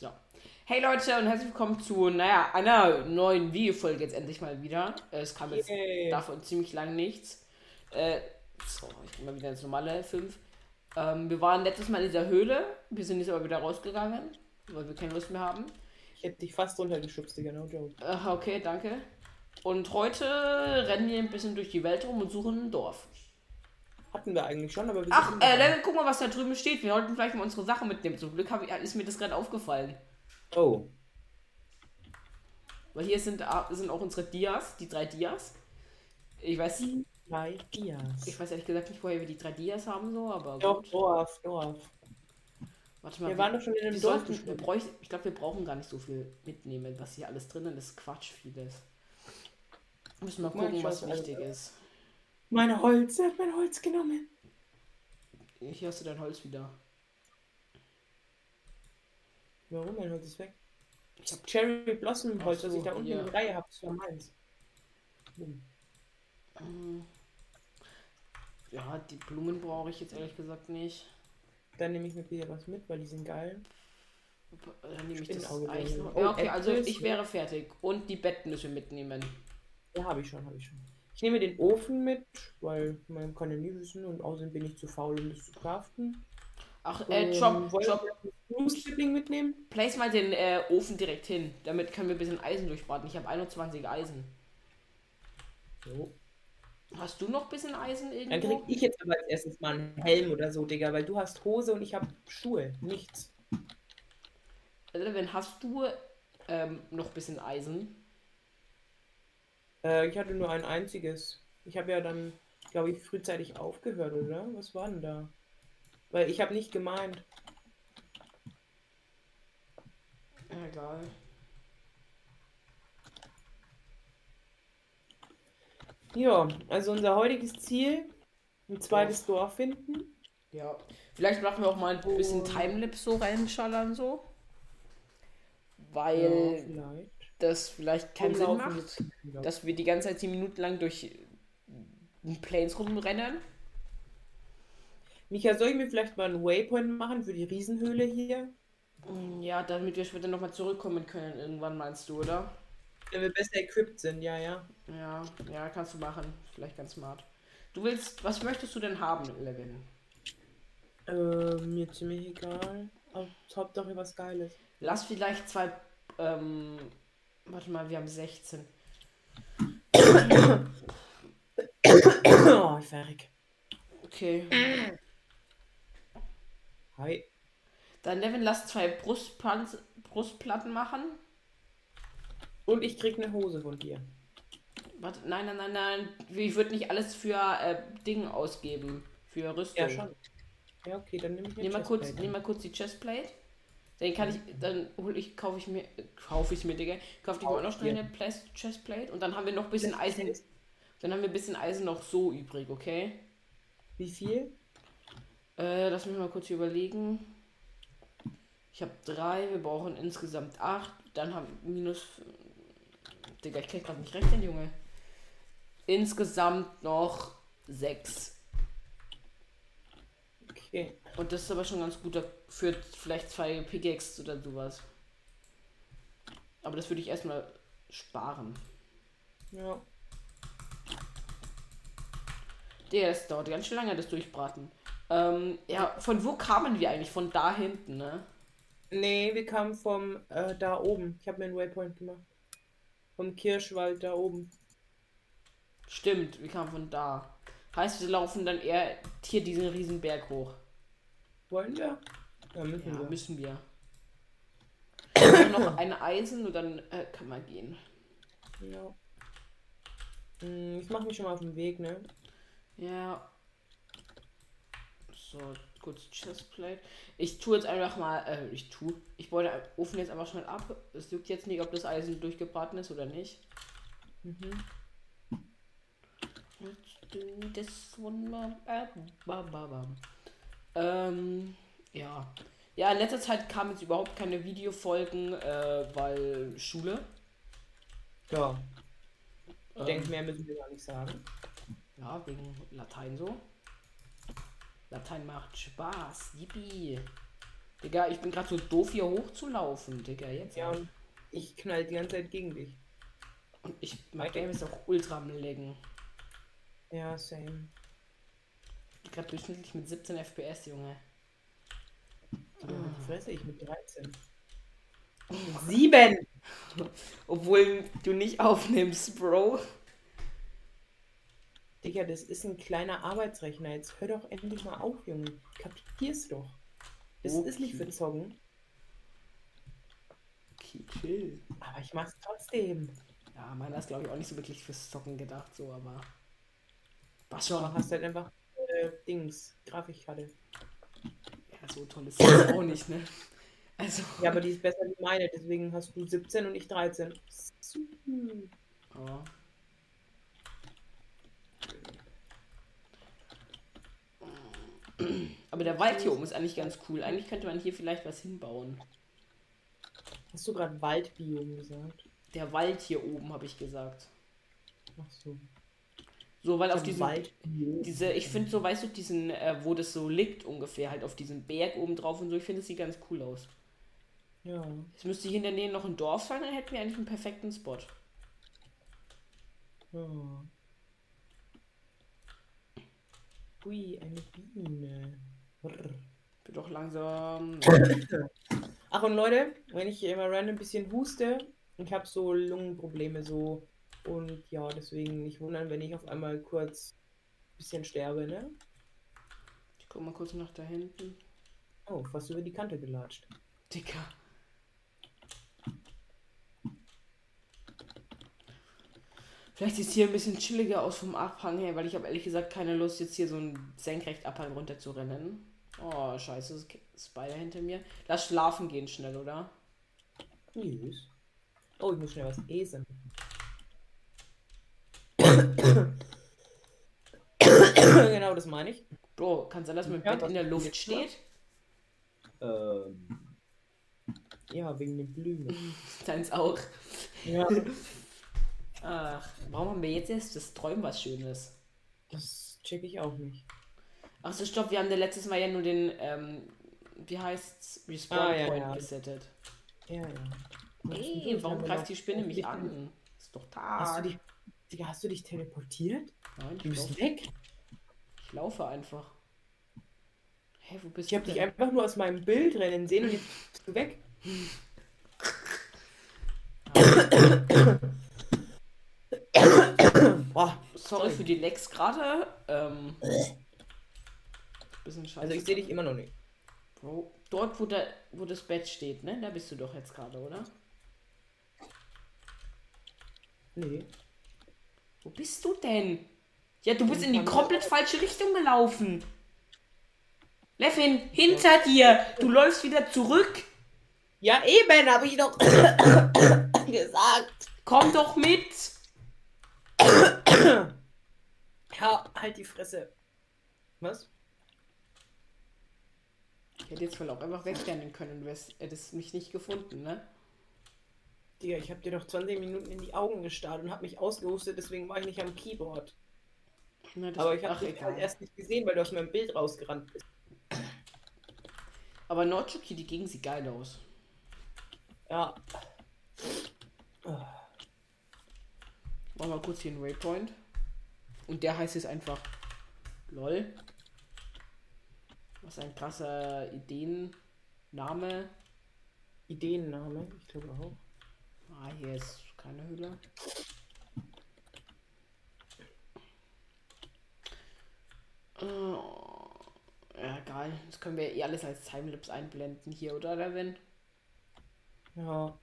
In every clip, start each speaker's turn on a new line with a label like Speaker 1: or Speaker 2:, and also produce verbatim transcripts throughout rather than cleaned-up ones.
Speaker 1: So. Hey Leute und herzlich willkommen zu, naja, einer neuen Videofolge jetzt endlich mal wieder. Es kam jetzt
Speaker 2: Yay.
Speaker 1: davon ziemlich lang nichts. Äh, so, ich gehe mal wieder ins normale fünf. Ähm, wir waren letztes Mal in dieser Höhle. Wir sind jetzt aber wieder rausgegangen, weil wir keine Lust mehr haben.
Speaker 2: Ich hätte dich fast runtergeschubst, Digga, no joke.
Speaker 1: Äh, okay, danke. Und heute rennen wir ein bisschen durch die Welt rum und suchen ein Dorf.
Speaker 2: Hatten wir eigentlich schon, aber wir
Speaker 1: Ach,
Speaker 2: sind
Speaker 1: äh, dann guck mal, was da drüben steht. Wir sollten vielleicht mal unsere Sachen mitnehmen. Zum Glück hab ich, ist mir das gerade aufgefallen.
Speaker 2: Oh.
Speaker 1: Weil hier sind, sind auch unsere Dias, die drei Dias. Ich weiß,
Speaker 2: Die drei Dias.
Speaker 1: ich weiß ehrlich gesagt nicht, woher wir die drei Dias haben, so, aber
Speaker 2: Doch,
Speaker 1: gut.
Speaker 2: Dorf, Dorf.
Speaker 1: Warte mal,
Speaker 2: Wir waren doch schon in einem
Speaker 1: wir
Speaker 2: Dorf.
Speaker 1: sollten, wir bräuchten, ich glaube, wir brauchen gar nicht so viel mitnehmen, was hier alles drinnen ist. Quatsch, vieles. Müssen wir mal
Speaker 2: Mal,
Speaker 1: gucken,
Speaker 2: ich
Speaker 1: was
Speaker 2: weiß,
Speaker 1: wichtig
Speaker 2: also-
Speaker 1: ist.
Speaker 2: Meine Holz, er hat mein Holz genommen.
Speaker 1: Hier hast du dein Holz wieder.
Speaker 2: Warum? Mein Holz ist weg.
Speaker 1: Ich hab
Speaker 2: Cherry Blossom Holz,
Speaker 1: Ach so,
Speaker 2: was ich da unten
Speaker 1: ja.
Speaker 2: in der Reihe habe, das war meins. Hm.
Speaker 1: Ähm, Ja, die Blumen brauche ich jetzt ehrlich gesagt nicht.
Speaker 2: Dann nehme ich mir wieder was mit, weil die sind geil.
Speaker 1: Dann nehme ich das
Speaker 2: Spinnauge
Speaker 1: Eisen.
Speaker 2: drin.
Speaker 1: Ja,
Speaker 2: Oh,
Speaker 1: okay, also
Speaker 2: Äpfel,
Speaker 1: ich wäre fertig. Und die Betten müssen wir mitnehmen.
Speaker 2: Ja, habe ich schon, habe ich schon. Ich nehme den Ofen mit, weil man kann ja nie wissen und außerdem bin ich zu faul, um das zu craften.
Speaker 1: Ach, äh,
Speaker 2: Ähm,
Speaker 1: Job,
Speaker 2: wollen
Speaker 1: Job,
Speaker 2: wir das Sibling mitnehmen?
Speaker 1: place mal den äh, Ofen direkt hin. Damit können wir ein bisschen Eisen durchbraten. Ich habe einundzwanzig Eisen.
Speaker 2: So.
Speaker 1: Hast du noch ein bisschen Eisen
Speaker 2: Dann
Speaker 1: irgendwo?
Speaker 2: krieg ich jetzt aber als erstes mal einen Helm oder so, Digga, weil du hast Hose und ich habe Schuhe. Nichts.
Speaker 1: Levin, hast du ähm, noch ein bisschen Eisen?
Speaker 2: Äh, ich hatte nur ein einziges. Ich habe ja dann, glaube ich, frühzeitig aufgehört, oder? Was war denn da? Weil ich habe nicht gemeint.
Speaker 1: Egal.
Speaker 2: Ja, also unser heutiges Ziel, ein zweites Dorf finden.
Speaker 1: Ja. Vielleicht machen wir auch mal ein bisschen
Speaker 2: Und-
Speaker 1: Timelapse so reinschallern so.
Speaker 2: Ja,
Speaker 1: Weil
Speaker 2: vielleicht.
Speaker 1: das vielleicht keinen Sinn
Speaker 2: Rumlaufen
Speaker 1: macht,
Speaker 2: mit- ja.
Speaker 1: dass wir die ganze Zeit zehn Minuten lang durch Plains rumrennen.
Speaker 2: Micha, soll ich mir vielleicht mal einen Waypoint machen für die Riesenhöhle hier?
Speaker 1: Ja, damit wir später nochmal zurückkommen können, irgendwann meinst du, oder?
Speaker 2: Wenn wir besser equipped sind, ja, ja.
Speaker 1: Ja, ja, kannst du machen. Vielleicht ganz smart. Du willst, was möchtest du denn haben, Levin?
Speaker 2: Äh, mir ziemlich egal. Haupt- Hauptsache was Geiles.
Speaker 1: Lass vielleicht zwei, ähm, warte mal, wir haben sechzehn.
Speaker 2: Oh, ich verreck.
Speaker 1: Okay.
Speaker 2: Hi.
Speaker 1: Dann Levin, lass zwei Brustplatten, Brustplatten machen.
Speaker 2: Und ich krieg eine Hose von dir.
Speaker 1: Warte, nein, nein, nein, nein. Ich würde nicht alles für äh, Dinge ausgeben. Für Rüstung.
Speaker 2: Ja, schon. Ja, okay, dann nehme ich eine
Speaker 1: Nimm mal kurz,
Speaker 2: Chestplate.
Speaker 1: nimm mal kurz die Chestplate. Dann kann ich, dann hol ich, kaufe ich mir, äh, kaufe ich mir, Digga. Kaufe ich mir auch noch schnell
Speaker 2: Ja.
Speaker 1: eine Plas- Chestplate und dann haben wir noch ein bisschen
Speaker 2: Das
Speaker 1: Eisen.
Speaker 2: heißt,
Speaker 1: Dann haben wir ein bisschen Eisen noch so übrig, okay?
Speaker 2: Wie viel?
Speaker 1: Äh, lass mich mal kurz hier überlegen. Ich habe drei, wir brauchen insgesamt acht. Dann haben wir minus. Digga, ich krieg gerade nicht recht, den Junge. Insgesamt noch sechs.
Speaker 2: Okay.
Speaker 1: Und das ist aber schon ganz gut für vielleicht zwei Pickaxes oder sowas. Aber das würde ich erstmal sparen.
Speaker 2: Ja.
Speaker 1: Der, das dauert ganz schön lange, das Durchbraten. Ähm, ja, von wo kamen wir eigentlich? Von da hinten, ne?
Speaker 2: Nee, wir kamen vom äh, da oben. Ich habe mir einen Waypoint gemacht. Vom Kirschwald da oben.
Speaker 1: Stimmt, wir kamen von da. Heißt, wir laufen dann eher hier diesen riesen Berg hoch.
Speaker 2: Wollen wir? Ja, müssen
Speaker 1: Ja,
Speaker 2: wir.
Speaker 1: müssen wir. Wir haben noch eine Eisen und dann äh, kann man gehen.
Speaker 2: Ja. Hm, ich mache mich schon mal auf den Weg, ne?
Speaker 1: Ja. So, kurz Chestplate. Ich tue jetzt einfach mal, äh, ich tue, ich baue den Ofen jetzt einfach schnell ab. Es juckt jetzt nicht, ob das Eisen durchgebraten ist oder nicht.
Speaker 2: Mhm.
Speaker 1: Let's do this one more. Ba, ba, ba, ba. Ähm, ja. Ja, in letzter Zeit kamen jetzt überhaupt keine Videofolgen, äh, weil Schule.
Speaker 2: Ja. Ich
Speaker 1: Ähm,
Speaker 2: denke, mehr müssen wir gar nicht sagen.
Speaker 1: Ja, wegen Latein so. Latein macht Spaß. Yippie. Digga, ich bin gerade so doof, hier hochzulaufen, Digga, jetzt.
Speaker 2: Ja, und ich knall die ganze Zeit gegen dich.
Speaker 1: Und ich, mein Game ist auch ultra am Laggen.
Speaker 2: Ja, same.
Speaker 1: Gerade durchschnittlich mit siebzehn F P S, Junge.
Speaker 2: Ja, halt die Fresse, ich mit dreizehn. Sieben!
Speaker 1: Obwohl du nicht aufnimmst, Bro.
Speaker 2: Digga, das ist ein kleiner Arbeitsrechner. Jetzt hör doch endlich mal auf, Junge. Kapier's doch. Das
Speaker 1: Okay.
Speaker 2: ist nicht für Zocken.
Speaker 1: Okay, chill.
Speaker 2: Aber ich mach's trotzdem.
Speaker 1: Ja, meiner ist, glaube ich, auch nicht so wirklich fürs Zocken gedacht, so, aber. Was
Speaker 2: Du
Speaker 1: schon?
Speaker 2: hast halt einfach äh, Dings, Grafikkarte.
Speaker 1: Ja, so toll ist das auch nicht, ne? Also.
Speaker 2: Ja, aber die ist besser wie meine, deswegen hast du siebzehn und ich dreizehn.
Speaker 1: Ja. Aber der Wald hier oben ist eigentlich ganz cool. Eigentlich könnte man hier vielleicht was hinbauen.
Speaker 2: Hast du gerade Waldbiom gesagt?
Speaker 1: Der Wald hier oben, habe ich gesagt.
Speaker 2: Ach so.
Speaker 1: So, weil auf
Speaker 2: Ein
Speaker 1: diesem,
Speaker 2: Waldbiom.
Speaker 1: diese, ich finde so, weißt du, diesen, äh, wo das so liegt ungefähr, halt auf diesem Berg oben drauf und so, ich finde, es sieht ganz cool aus.
Speaker 2: Ja.
Speaker 1: Es müsste hier in der Nähe noch ein Dorf sein, dann hätten wir eigentlich einen perfekten Spot.
Speaker 2: ja. Ui, eine Biene. Brr.
Speaker 1: Wird doch langsam.
Speaker 2: Ach und Leute, wenn ich immer random ein bisschen huste, ich habe so Lungenprobleme so und ja, deswegen nicht wundern, wenn ich auf einmal kurz ein bisschen sterbe, ne?
Speaker 1: Ich guck mal kurz nach da hinten.
Speaker 2: Oh, fast über die Kante gelatscht.
Speaker 1: Dicker. Vielleicht sieht es hier ein bisschen chilliger aus vom Abhang her, weil ich habe ehrlich gesagt keine Lust, jetzt hier so einen Senkrechabhang runter zu rennen. Oh, scheiße, ist Spider hinter mir. Lass schlafen gehen schnell, oder?
Speaker 2: Yes. Oh, ich muss schnell was essen. Genau, das meine ich.
Speaker 1: Bro, kann sein, dass mein
Speaker 2: Ja,
Speaker 1: Bett
Speaker 2: was
Speaker 1: in der
Speaker 2: du
Speaker 1: Luft
Speaker 2: jetzt
Speaker 1: steht?
Speaker 2: Ähm. Ja, wegen den Blumen.
Speaker 1: Deins auch.
Speaker 2: Ja.
Speaker 1: Ach, warum haben wir jetzt erst das Träumen was Schönes?
Speaker 2: Das check ich auch nicht.
Speaker 1: Ach so, stopp, wir haben ja letztes Mal ja nur den, ähm, wie heißt's, Respawn
Speaker 2: Ah, ja,
Speaker 1: Point
Speaker 2: ja.
Speaker 1: gesettet.
Speaker 2: Ja, ja.
Speaker 1: Ey, warum greift die Spinne mich an? Ist doch
Speaker 2: Hast du
Speaker 1: Tag.
Speaker 2: dich, Digga, hast du dich teleportiert?
Speaker 1: Nein,
Speaker 2: Du
Speaker 1: ich,
Speaker 2: bist
Speaker 1: lauf,
Speaker 2: weg.
Speaker 1: ich laufe einfach. Hä, wo bist
Speaker 2: Ich hab
Speaker 1: du
Speaker 2: dich
Speaker 1: denn?
Speaker 2: einfach nur aus meinem Bild rennen sehen und jetzt bist du weg. Boah,
Speaker 1: Sorry für die Lecks gerade. Ähm, bisschen scheiße.
Speaker 2: also ich sehe dich immer noch nicht.
Speaker 1: Bro, dort, wo, der, wo das Bett steht, ne? Da bist du doch jetzt gerade, oder?
Speaker 2: Nee.
Speaker 1: Wo bist du denn? Ja, du bist
Speaker 2: Ich
Speaker 1: in die
Speaker 2: kann-
Speaker 1: komplett falsche Richtung gelaufen. Levin, hinter dir! Du läufst wieder zurück!
Speaker 2: Ja, eben, habe ich doch gesagt.
Speaker 1: Komm doch mit!
Speaker 2: Ja, halt die Fresse. Was?
Speaker 1: Ich hätte jetzt wohl auch einfach wegrennen können, du hättest- hättest mich nicht gefunden, ne?
Speaker 2: Digga, ich habe dir doch zwanzig Minuten in die Augen gestarrt und habe mich ausgehustet, deswegen war ich nicht am Keyboard.
Speaker 1: Na, das,
Speaker 2: Aber ich habe
Speaker 1: ach,
Speaker 2: dich halt
Speaker 1: egal.
Speaker 2: erst nicht gesehen, weil du aus meinem Bild rausgerannt bist.
Speaker 1: Aber Nordchuki, die Gegend sieht geil aus.
Speaker 2: Ja.
Speaker 1: Machen wir kurz hier einen Waypoint. Und der heißt jetzt einfach LOL. Was ein krasser Ideenname.
Speaker 2: Ideenname, ich glaube auch.
Speaker 1: Ah, hier ist keine Hülle. Oh, ja, egal. Das können wir eh alles als Timelapse einblenden hier, oder, Levin?
Speaker 2: Ja.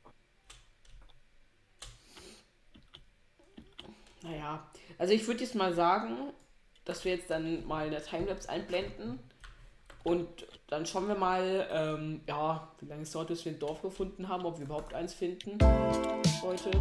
Speaker 1: Naja, also ich würde jetzt mal sagen, dass wir jetzt dann mal eine Timelapse einblenden. Und dann schauen wir mal, ähm, ja, wie lange es dauert, bis wir ein Dorf gefunden haben, ob wir überhaupt eins finden heute.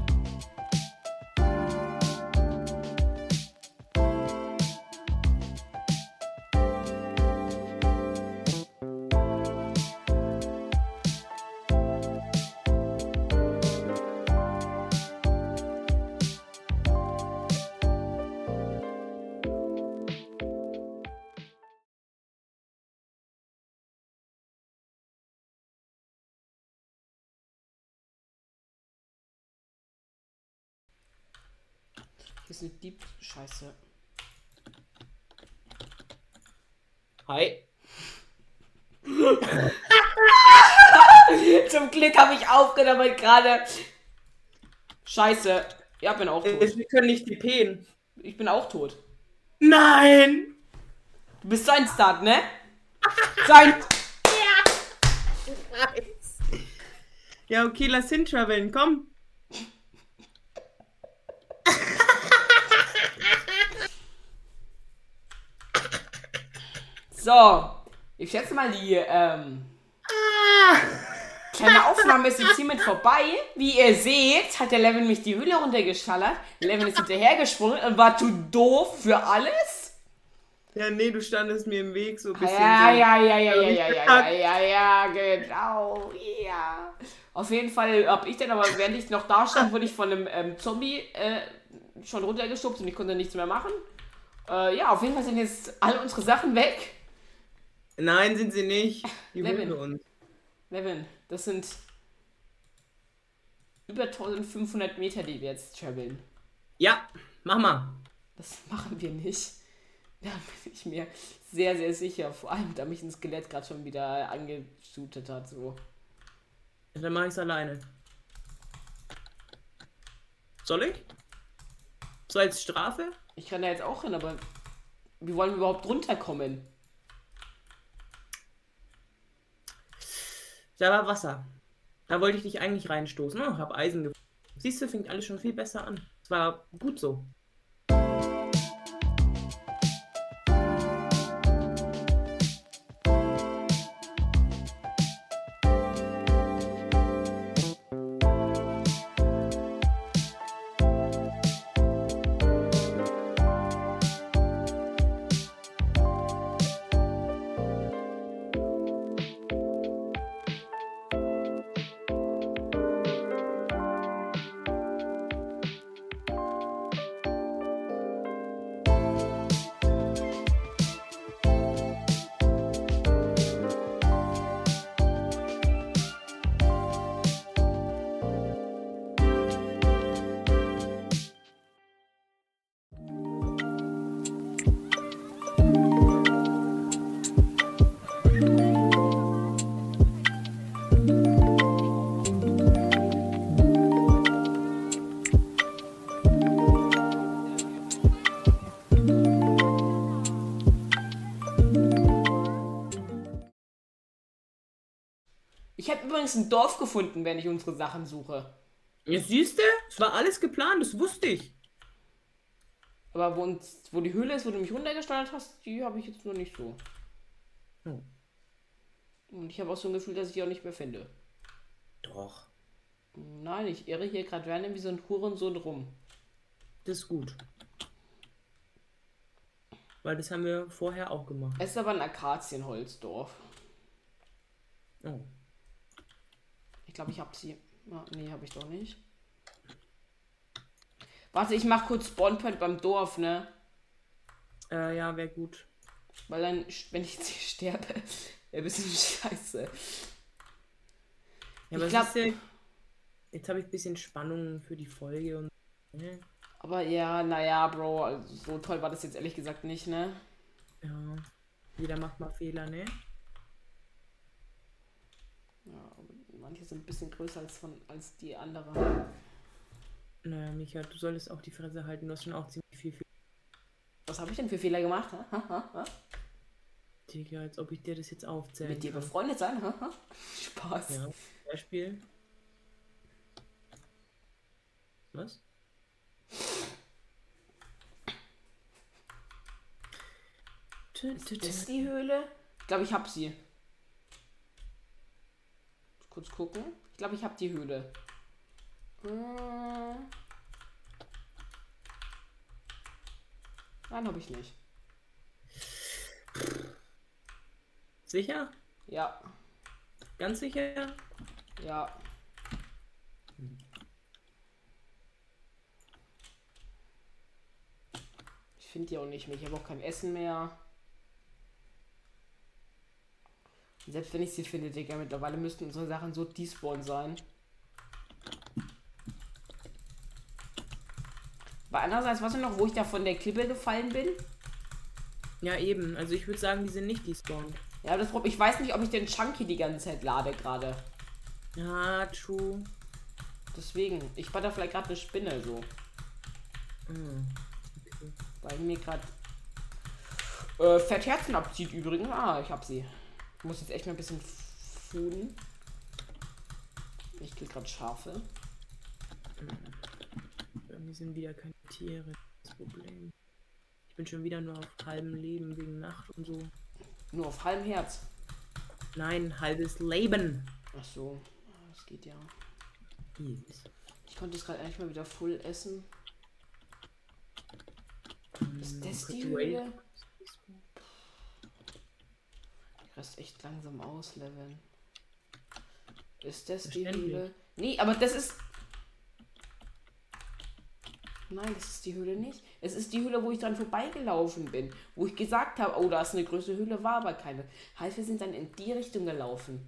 Speaker 1: ist eine Dieb... Scheiße.
Speaker 2: Hi.
Speaker 1: Zum Glück habe ich aufgenommen gerade. Scheiße. Ja, bin auch tot.
Speaker 2: Wir können nicht tippen.
Speaker 1: Ich bin auch tot.
Speaker 2: Nein!
Speaker 1: Du bist so ein Start, ne? Sein.
Speaker 2: Ja. Ja, okay, lass hin traveln, komm.
Speaker 1: So. Ich schätze mal, die ähm, kleine Aufnahme ist jetzt hiermit vorbei. Wie ihr seht, hat der Levin mich die Höhle runtergeschallert. Der Levin ist hinterhergesprungen und war zu doof für alles.
Speaker 2: Ja, nee, du standest mir im Weg so ein bisschen.
Speaker 1: Ja,
Speaker 2: so.
Speaker 1: ja, ja, ja, ja, ja, ja, ja, ja, ja, genau, ja. Auf jeden Fall hab ich dann aber, während ich noch da stand, wurde ich von einem ähm, Zombie äh, schon runtergeschubst und ich konnte nichts mehr machen. Äh, ja, auf jeden Fall sind jetzt alle unsere Sachen weg.
Speaker 2: Nein, sind sie nicht. Die
Speaker 1: Levin.
Speaker 2: holen wir uns.
Speaker 1: Levin, das sind über eintausendfünfhundert Meter, die wir jetzt traveln.
Speaker 2: Ja, mach mal.
Speaker 1: Das machen wir nicht. Da bin ich mir sehr, sehr sicher. Vor allem, da mich ein Skelett gerade schon wieder angeshootet hat. So.
Speaker 2: Dann mache ich es alleine. Soll ich? So als Strafe?
Speaker 1: Ich kann da jetzt auch hin, aber wie wollen wir überhaupt runterkommen?
Speaker 2: Da war Wasser. Da wollte ich dich eigentlich reinstoßen. Oh, hab Eisen gefunden. Siehst du, fängt alles schon viel besser an. Es war gut so.
Speaker 1: Ich habe übrigens ein Dorf gefunden, wenn ich unsere Sachen suche.
Speaker 2: Jetzt siehst du, es war alles geplant, das wusste ich.
Speaker 1: Aber wo, uns, wo die Höhle ist, wo du mich runtergesteuert hast, die habe ich jetzt noch nicht so.
Speaker 2: Hm.
Speaker 1: Und ich habe auch so ein Gefühl, dass ich die auch nicht mehr finde.
Speaker 2: Doch.
Speaker 1: Nein, ich irre hier gerade random wie so ein Hurensohn rum.
Speaker 2: Das ist gut. Weil das haben wir vorher auch gemacht.
Speaker 1: Es ist aber ein Akazienholzdorf.
Speaker 2: Oh.
Speaker 1: Ich glaube, ich habe sie. Ah, nee, habe ich doch nicht. Warte, ich mach kurz Spawnpoint beim Dorf, ne?
Speaker 2: Äh, ja, wäre gut.
Speaker 1: Weil dann, wenn ich jetzt hier sterbe, wäre ein bisschen scheiße.
Speaker 2: Ja, aber
Speaker 1: ich glaub,
Speaker 2: siehst du, jetzt habe ich ein bisschen Spannung für die Folge und. Ne?
Speaker 1: Aber ja, naja, Bro, also so toll war das jetzt ehrlich gesagt nicht, ne?
Speaker 2: Ja. Jeder macht mal Fehler, ne?
Speaker 1: Ja, manche sind ein bisschen größer als, von, als die anderen.
Speaker 2: Naja, Micha, du solltest auch die Fresse halten. Du hast schon auch ziemlich viel Fehler.
Speaker 1: Was habe ich denn für Fehler gemacht? Ha? Ha, ha, ha?
Speaker 2: Digga, als ob ich dir das jetzt aufzähle.
Speaker 1: Mit dir befreundet sein? Ha, ha? Spaß.
Speaker 2: Ja, Beispiel. Was?
Speaker 1: Ist das die Höhle? Ich glaube, ich habe sie. Kurz gucken. Ich glaube, ich habe die Höhle. Hm. Nein, habe ich nicht.
Speaker 2: Sicher?
Speaker 1: Ja.
Speaker 2: Ganz sicher?
Speaker 1: Ja. Ich finde die auch nicht mehr. Ich habe auch kein Essen mehr. Und selbst wenn ich sie finde, Digga, mittlerweile müssten unsere Sachen so despawn sein. Aber andererseits, weißt du noch, wo ich da von der Klippe gefallen bin?
Speaker 2: Ja, eben. Also ich würde sagen, die sind nicht despawned.
Speaker 1: Ja, das Problem, ich weiß nicht, ob ich den Chunky die ganze Zeit lade gerade.
Speaker 2: Ja, true.
Speaker 1: Deswegen, ich war da vielleicht gerade eine Spinne so.
Speaker 2: Hm. Okay.
Speaker 1: Weil mir gerade äh, Fettherzen abzieht übrigens. Ah, ich hab sie. Ich muss jetzt echt mal ein bisschen fooden. Ich krieg gerade Schafe.
Speaker 2: Bei mir sind wieder keine Tiere. Das Problem. Ich bin schon wieder nur auf halbem Leben wegen Nacht und so.
Speaker 1: Nur auf halbem Herz.
Speaker 2: Nein, halbes Leben.
Speaker 1: Ach so, das geht ja.
Speaker 2: Yes.
Speaker 1: Ich konnte es gerade eigentlich mal wieder full essen. Ist das die Höhle? Ich rest echt langsam ausleveln. Ist das die Höhle? Nee, aber das ist... Nein, das ist die Höhle nicht. Es ist die Höhle, wo ich dran vorbeigelaufen bin. Wo ich gesagt habe, oh, da ist eine größere Höhle, war aber keine. Heißt, wir sind dann in die Richtung gelaufen.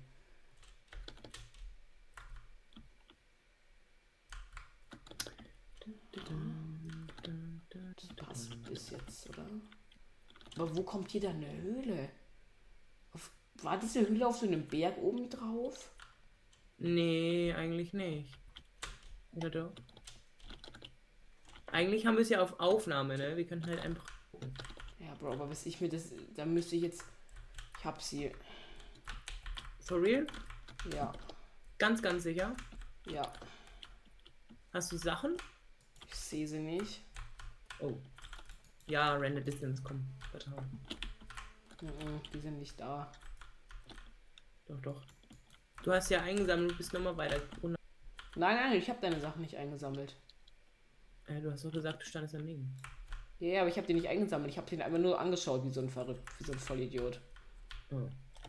Speaker 1: Das passt bis jetzt, oder? Aber wo kommt hier dann eine Höhle? Auf, war diese Höhle auf so einem Berg oben drauf?
Speaker 2: Nee, eigentlich nicht. Oder doch? Eigentlich haben wir es ja auf Aufnahme, ne? Wir können halt einfach gucken.
Speaker 1: Ja, Bro, aber bis ich mir das... Da müsste ich jetzt... Ich hab sie.
Speaker 2: For real?
Speaker 1: Ja.
Speaker 2: Ganz, ganz sicher?
Speaker 1: Ja.
Speaker 2: Hast du Sachen?
Speaker 1: Ich sehe sie nicht.
Speaker 2: Oh. Ja, Render Distance, komm. Vertrauen.
Speaker 1: Mhm, die sind nicht da.
Speaker 2: Doch, doch. Du hast ja eingesammelt, du bist nochmal weiter.
Speaker 1: Nein, nein, ich habe deine Sachen nicht eingesammelt.
Speaker 2: Äh, du hast doch gesagt, du standest daneben.
Speaker 1: Ja, ja, aber ich habe den nicht eingesammelt. Ich habe den einfach nur angeschaut, wie so ein Verrückt, wie so ein Vollidiot.
Speaker 2: Oh.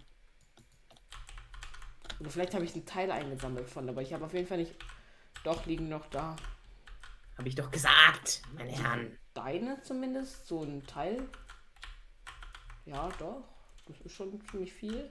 Speaker 1: Oder vielleicht habe ich einen Teil eingesammelt von, aber ich habe auf jeden Fall nicht... Doch, liegen noch da.
Speaker 2: Hab ich doch gesagt, meine Herren.
Speaker 1: Deine zumindest? So ein Teil? Ja, doch. Das ist schon ziemlich viel.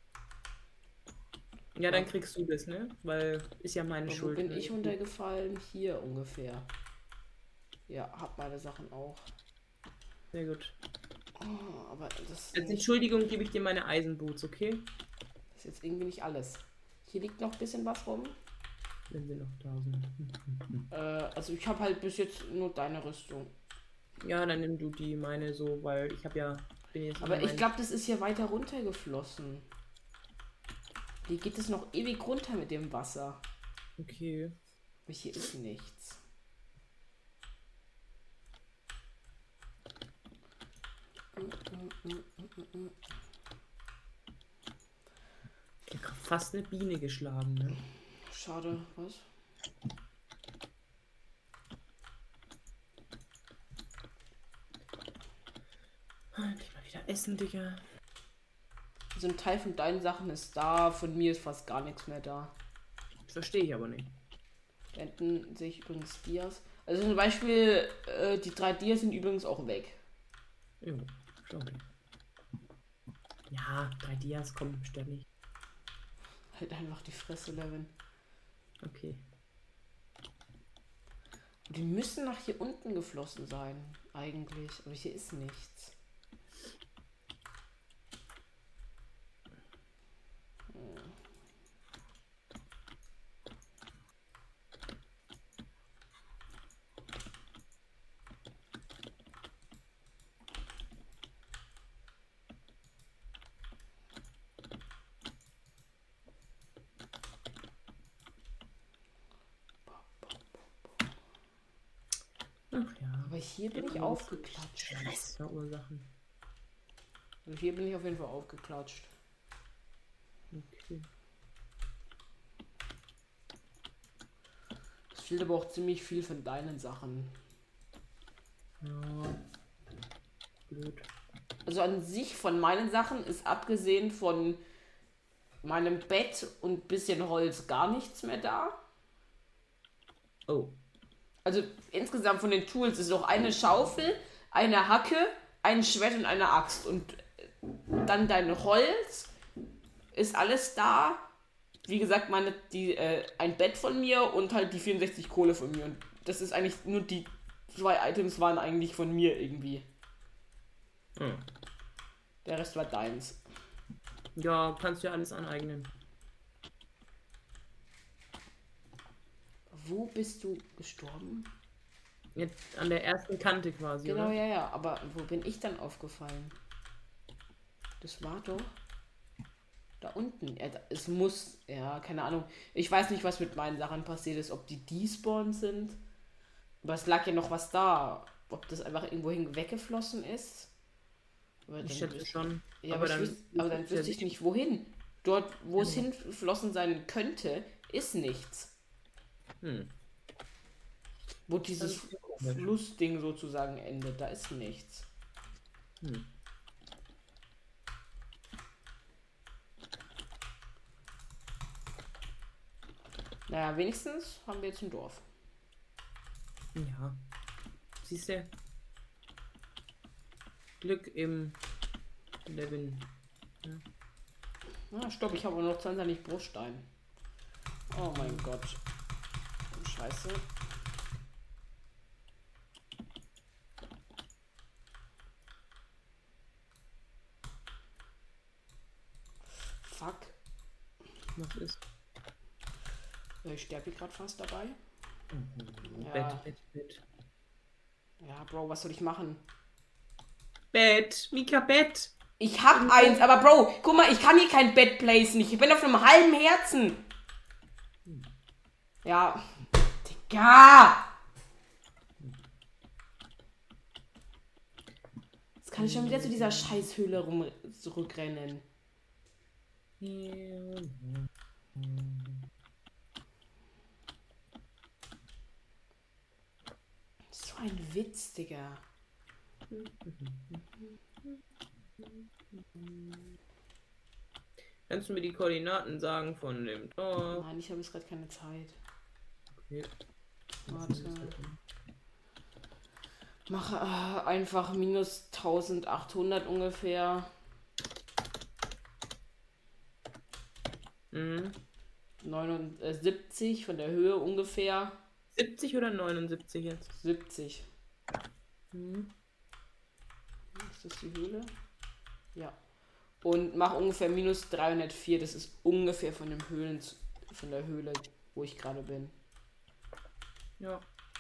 Speaker 2: Ja, dann kriegst du das, ne? Weil ist ja meine
Speaker 1: Aber
Speaker 2: Schuld.
Speaker 1: Wo bin
Speaker 2: ne?
Speaker 1: ich runtergefallen? Hier ungefähr. Ja, hab meine Sachen auch.
Speaker 2: Sehr gut.
Speaker 1: Oh, aber das
Speaker 2: Als
Speaker 1: nicht,
Speaker 2: Entschuldigung gebe ich dir meine Eisenboots, okay?
Speaker 1: das ist jetzt irgendwie nicht alles. Hier liegt noch ein bisschen was rum.
Speaker 2: Wenn sie noch da sind.
Speaker 1: Äh, also ich habe halt bis jetzt nur deine Rüstung.
Speaker 2: Ja, dann nimm du die meine so, weil ich habe ja... Bin jetzt
Speaker 1: Aber
Speaker 2: in
Speaker 1: ich
Speaker 2: meinen-
Speaker 1: glaube, das ist hier weiter runtergeflossen. Hier geht es noch ewig runter mit dem Wasser.
Speaker 2: Okay.
Speaker 1: Aber hier ist nichts.
Speaker 2: Ich hab grad fast eine Biene geschlagen, ne?
Speaker 1: Schade, was?
Speaker 2: Endlich mal wieder essen, Digga.
Speaker 1: So ein Teil von deinen Sachen ist da, von mir ist fast gar nichts mehr da.
Speaker 2: Das verstehe ich aber nicht.
Speaker 1: Da hinten sehe ich übrigens Dias. Also zum Beispiel, äh, die drei Dias sind übrigens auch weg.
Speaker 2: Jo, schau mal. Ja, drei Dias, komm, stell nicht.
Speaker 1: Halt einfach die Fresse, Levin.
Speaker 2: Okay.
Speaker 1: Die müssen nach hier unten geflossen sein, eigentlich. Aber hier ist nichts. Hm.
Speaker 2: Ach ja.
Speaker 1: Aber hier bin ich aufgeklatscht.
Speaker 2: Stress verursachen.
Speaker 1: Also hier bin ich auf jeden Fall aufgeklatscht.
Speaker 2: Okay.
Speaker 1: Es fehlt aber auch ziemlich viel von deinen Sachen.
Speaker 2: Ja. Blöd.
Speaker 1: Also an sich von meinen Sachen ist abgesehen von meinem Bett und bisschen Holz gar nichts mehr da.
Speaker 2: Oh.
Speaker 1: Also insgesamt von den Tools ist noch eine Schaufel, eine Hacke, ein Schwert und eine Axt. Und dann dein Holz ist alles da. Wie gesagt, meine, die, äh, ein Bett von mir und halt die vierundsechzig Kohle von mir. Und das ist eigentlich nur die zwei Items waren eigentlich von mir irgendwie.
Speaker 2: Hm.
Speaker 1: Der Rest war deins.
Speaker 2: Ja, kannst du ja alles aneignen.
Speaker 1: Wo bist du gestorben?
Speaker 2: Jetzt an der ersten Kante quasi,
Speaker 1: Genau,
Speaker 2: oder?
Speaker 1: ja, ja. Aber wo bin ich dann aufgefallen? Das war doch da unten. Ja, da- es muss, ja, keine Ahnung. Ich weiß nicht, was mit meinen Sachen passiert ist, ob die despawned sind. Aber es lag ja noch was da. Ob das einfach irgendwo hin weggeflossen ist. Aber
Speaker 2: Ich
Speaker 1: dann
Speaker 2: schätze
Speaker 1: wüs-
Speaker 2: schon.
Speaker 1: Ja, aber,
Speaker 2: aber
Speaker 1: ich
Speaker 2: dann,
Speaker 1: wüs- aber dann
Speaker 2: ist ja
Speaker 1: wüsste ich
Speaker 2: wichtig.
Speaker 1: nicht, wohin. Dort, wo es
Speaker 2: Ja.
Speaker 1: hinflossen sein könnte, ist nichts.
Speaker 2: Hm.
Speaker 1: Wo
Speaker 2: Das
Speaker 1: dieses
Speaker 2: ist ja komisch.
Speaker 1: Flussding sozusagen endet, da ist nichts.
Speaker 2: Hm.
Speaker 1: Naja, wenigstens haben wir jetzt ein Dorf.
Speaker 2: Ja. Siehst du? Glück im Leben.
Speaker 1: Ah, stopp, ich habe auch noch zwanzig Bruchstein. Oh mein Gott. Scheiße. Fuck.
Speaker 2: Was ist?
Speaker 1: Ich sterbe hier gerade fast dabei. Ja.
Speaker 2: Bett, Bett, Bett.
Speaker 1: Ja, Bro, was soll ich machen?
Speaker 2: Bett, Mika, Bett.
Speaker 1: Ich hab eins, aber Bro, guck mal, ich kann hier kein Bett placen. Ich bin auf einem halben Herzen. Ja. Digga! Jetzt kann ich schon wieder zu dieser Scheißhöhle rum zurückrennen. So ein Witz, Digga.
Speaker 2: Kannst du mir die Koordinaten sagen von dem Dorf?
Speaker 1: Nein, ich habe jetzt gerade keine Zeit.
Speaker 2: Okay.
Speaker 1: Warte. Mache äh, einfach minus eintausendachthundert ungefähr.
Speaker 2: Mhm.
Speaker 1: neunundsiebzig von der Höhe ungefähr.
Speaker 2: siebzig oder neunundsiebzig jetzt?
Speaker 1: siebzig.
Speaker 2: Mhm.
Speaker 1: Ist das die Höhle? Ja. Und mach ungefähr minus dreihundertvier. Das ist ungefähr von dem Höhlen, von der Höhle, wo ich gerade bin.
Speaker 2: Ja.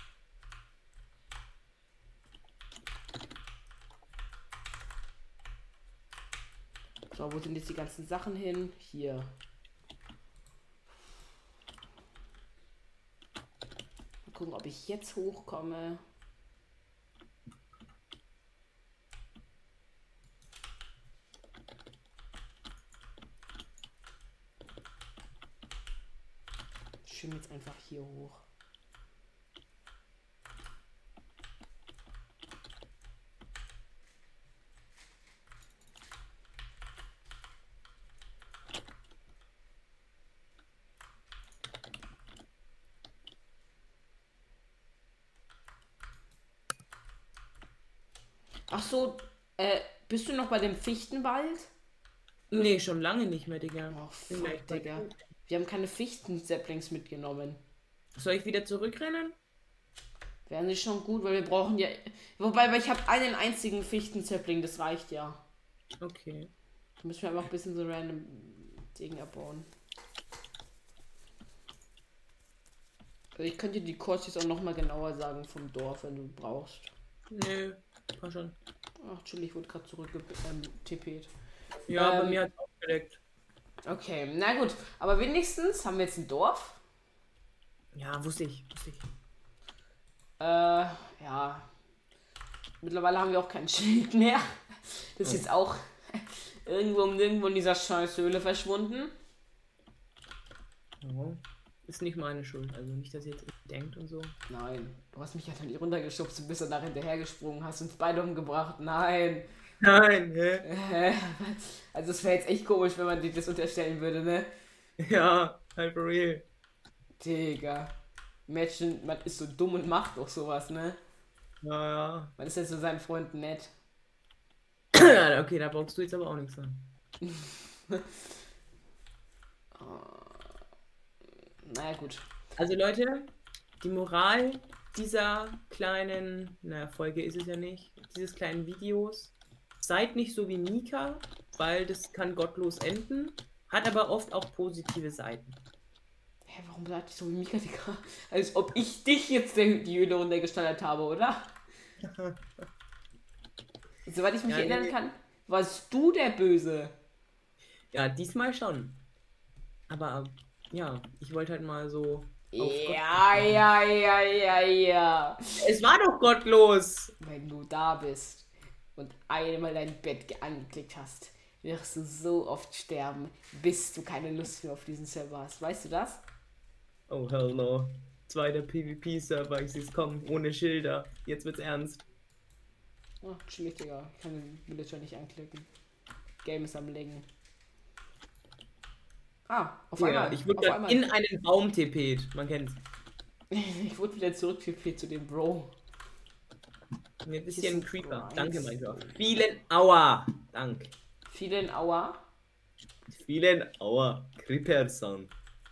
Speaker 1: So, wo sind jetzt die ganzen Sachen hin? Hier. Mal gucken, ob ich jetzt hochkomme. Ich schwimme jetzt einfach hier hoch. Ach so, äh, bist du noch bei dem Fichtenwald?
Speaker 2: Nee, schon lange nicht mehr, Digga.
Speaker 1: Oh,
Speaker 2: Bin
Speaker 1: fuck,
Speaker 2: gleich bei
Speaker 1: Digga.
Speaker 2: dir.
Speaker 1: Wir haben keine Fichten-Saplings mitgenommen.
Speaker 2: Soll ich wieder zurückrennen?
Speaker 1: Wären sie schon gut, weil wir brauchen ja... Wobei, weil ich habe einen einzigen Fichten-Sapling, das reicht ja.
Speaker 2: Okay.
Speaker 1: Da müssen wir einfach ein bisschen so random Ding abbauen. Also ich könnte dir die Korstis auch nochmal genauer sagen vom Dorf, wenn du brauchst.
Speaker 2: Nö, war schon.
Speaker 1: Ach, chill, ich wurde gerade zurückgetippt.
Speaker 2: Ja,
Speaker 1: Ähm,
Speaker 2: bei mir hat es aufgedeckt.
Speaker 1: Okay, na gut. Aber wenigstens haben wir jetzt ein Dorf.
Speaker 2: Ja, wusste ich, wusste ich.
Speaker 1: Äh, ja. Mittlerweile haben wir auch kein Schild mehr. Das ist
Speaker 2: Oh.
Speaker 1: jetzt auch irgendwo um nirgendwo in dieser scheiß Höhle verschwunden.
Speaker 2: Ja. Ist nicht meine Schuld. Also nicht, dass ihr jetzt denkt und so.
Speaker 1: Nein, du hast mich ja dann hier runtergeschubst und bist danach hinterhergesprungen, hast uns beide umgebracht. Nein.
Speaker 2: Nein, hä?
Speaker 1: Äh, Also es wäre jetzt echt komisch, wenn man dir das unterstellen würde, ne?
Speaker 2: Ja, halt for real.
Speaker 1: Digga. Imagine, man ist so dumm und macht doch sowas, ne?
Speaker 2: Ja, ja.
Speaker 1: Man ist ja so seinen Freunden nett.
Speaker 2: Okay, da brauchst du jetzt aber auch nichts sagen.
Speaker 1: Naja, gut.
Speaker 2: Also Leute, die Moral dieser kleinen, naja, Folge ist es ja nicht, dieses kleinen Videos. Seid nicht so wie Mika, weil das kann gottlos enden, hat aber oft auch positive Seiten.
Speaker 1: Hä, warum sag ich so wie Mika, Digga? Als ob ich dich jetzt die Höhle runtergesteuert habe, oder? Soweit ich mich
Speaker 2: Ja,
Speaker 1: erinnern
Speaker 2: nee.
Speaker 1: kann, warst du der Böse.
Speaker 2: Ja, diesmal schon. Aber ja, ich wollte halt mal so auf Gott
Speaker 1: Ja,
Speaker 2: gucken.
Speaker 1: ja, ja, ja, ja.
Speaker 2: Es war doch gottlos!
Speaker 1: Wenn du da bist und einmal dein Bett ge- angeklickt hast, wirst du so oft sterben, bis du keine Lust mehr auf diesen Server hast. Weißt du das?
Speaker 2: Oh, hell no. Zweiter PvP-Server, ich seh's kommen, ohne Schilder. Jetzt wird's ernst.
Speaker 1: Oh, chillig, Digga. Ich kann den Villager nicht anklicken. Game ist am Legen. Ah, auf
Speaker 2: Ja,
Speaker 1: einmal.
Speaker 2: ich wurde
Speaker 1: auf
Speaker 2: dann
Speaker 1: einmal.
Speaker 2: in einen Baum tippet. Man kennt's.
Speaker 1: Ich wurde wieder zurückgeführt zu dem Bro.
Speaker 2: Mir ist
Speaker 1: Hier
Speaker 2: hier ein
Speaker 1: sind
Speaker 2: Creeper.
Speaker 1: Grinds.
Speaker 2: Danke, Minecraft. Vielen Aua. Dank.
Speaker 1: Vielen Aua.
Speaker 2: Vielen Aua. Creeper-Sound.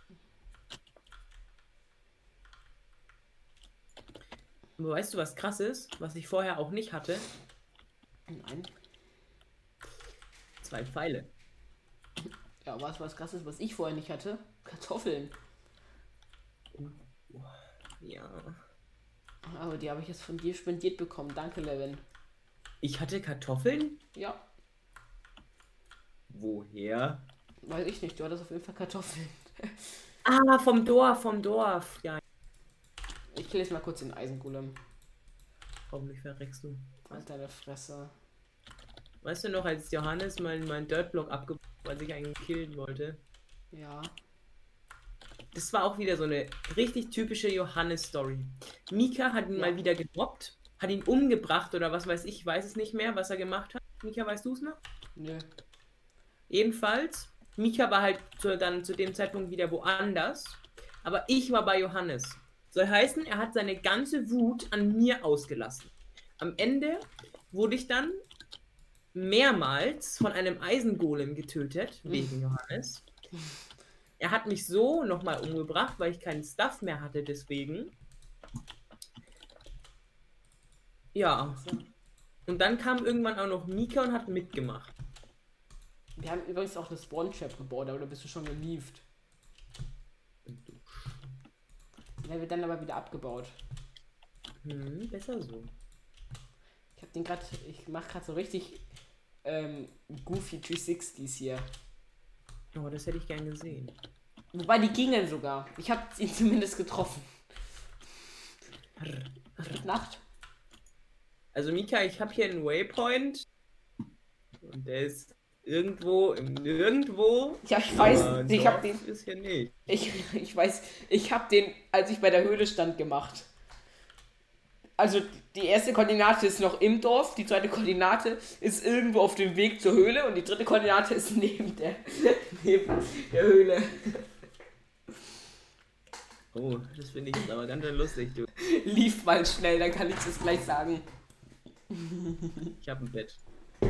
Speaker 2: Aber weißt du, was krass ist? Was ich vorher auch nicht hatte?
Speaker 1: Nein.
Speaker 2: Zwei Pfeile.
Speaker 1: Ja, was was krasses, was ich vorher nicht hatte? Kartoffeln.
Speaker 2: Ja.
Speaker 1: Aber die habe ich jetzt von dir spendiert bekommen. Danke, Levin.
Speaker 2: Ich hatte Kartoffeln?
Speaker 1: Ja,
Speaker 2: Woher?
Speaker 1: weiß ich nicht. Du hattest auf jeden Fall Kartoffeln.
Speaker 2: Ah, vom Dorf, vom Dorf. Ja.
Speaker 1: Ich kill jetzt mal kurz den Eisengolem.
Speaker 2: Hoffentlich verreckst du.
Speaker 1: Halt deine Fresse.
Speaker 2: Weißt du noch, als Johannes mein, mein Dirtblock abgebaut, als ich einen killen wollte?
Speaker 1: Ja.
Speaker 2: Das war auch wieder so eine richtig typische Johannes-Story. Mika hat ihn
Speaker 1: Ja.
Speaker 2: mal wieder gemobbt, hat ihn umgebracht oder was weiß ich, ich weiß es nicht mehr, was er gemacht hat. Mika, weißt du es noch?
Speaker 1: Nö.
Speaker 2: Jedenfalls, Mika war halt zu, dann zu dem Zeitpunkt wieder woanders, aber ich war bei Johannes. Soll heißen, er hat seine ganze Wut an mir ausgelassen. Am Ende wurde ich dann mehrmals von einem Eisengolem getötet, wegen Johannes. Er hat mich so nochmal umgebracht, weil ich keinen Stuff mehr hatte, deswegen. Ja. Und dann kam irgendwann auch noch Mika und hat mitgemacht.
Speaker 1: Wir haben übrigens auch eine Spawn-Trap gebaut, aber da bist du schon gelieft. Der wird dann aber wieder abgebaut.
Speaker 2: Hm, besser so.
Speaker 1: Ich hab den gerade, ich mach gerade so richtig ähm, Goofy dreihundertsechzigs hier.
Speaker 2: Oh, das hätte ich gern gesehen.
Speaker 1: Wobei die gingen sogar. Ich hab ihn zumindest getroffen. Gute Nacht.
Speaker 2: Also Mika, ich habe hier einen Waypoint. Und der ist irgendwo im Nirgendwo.
Speaker 1: Ja, ich weiß,
Speaker 2: aber
Speaker 1: ich hab
Speaker 2: dort
Speaker 1: den,
Speaker 2: ist hier nicht.
Speaker 1: ich, ich weiß, ich hab den, als ich bei der Höhle stand, gemacht. Also die erste Koordinate ist noch im Dorf, die zweite Koordinate ist irgendwo auf dem Weg zur Höhle und die dritte Koordinate ist neben der, neben der Höhle.
Speaker 2: Oh, das finde ich jetzt aber ganz schön lustig, du.
Speaker 1: Lief mal schnell, dann kann ich das gleich sagen.
Speaker 2: Ich habe ein Bett.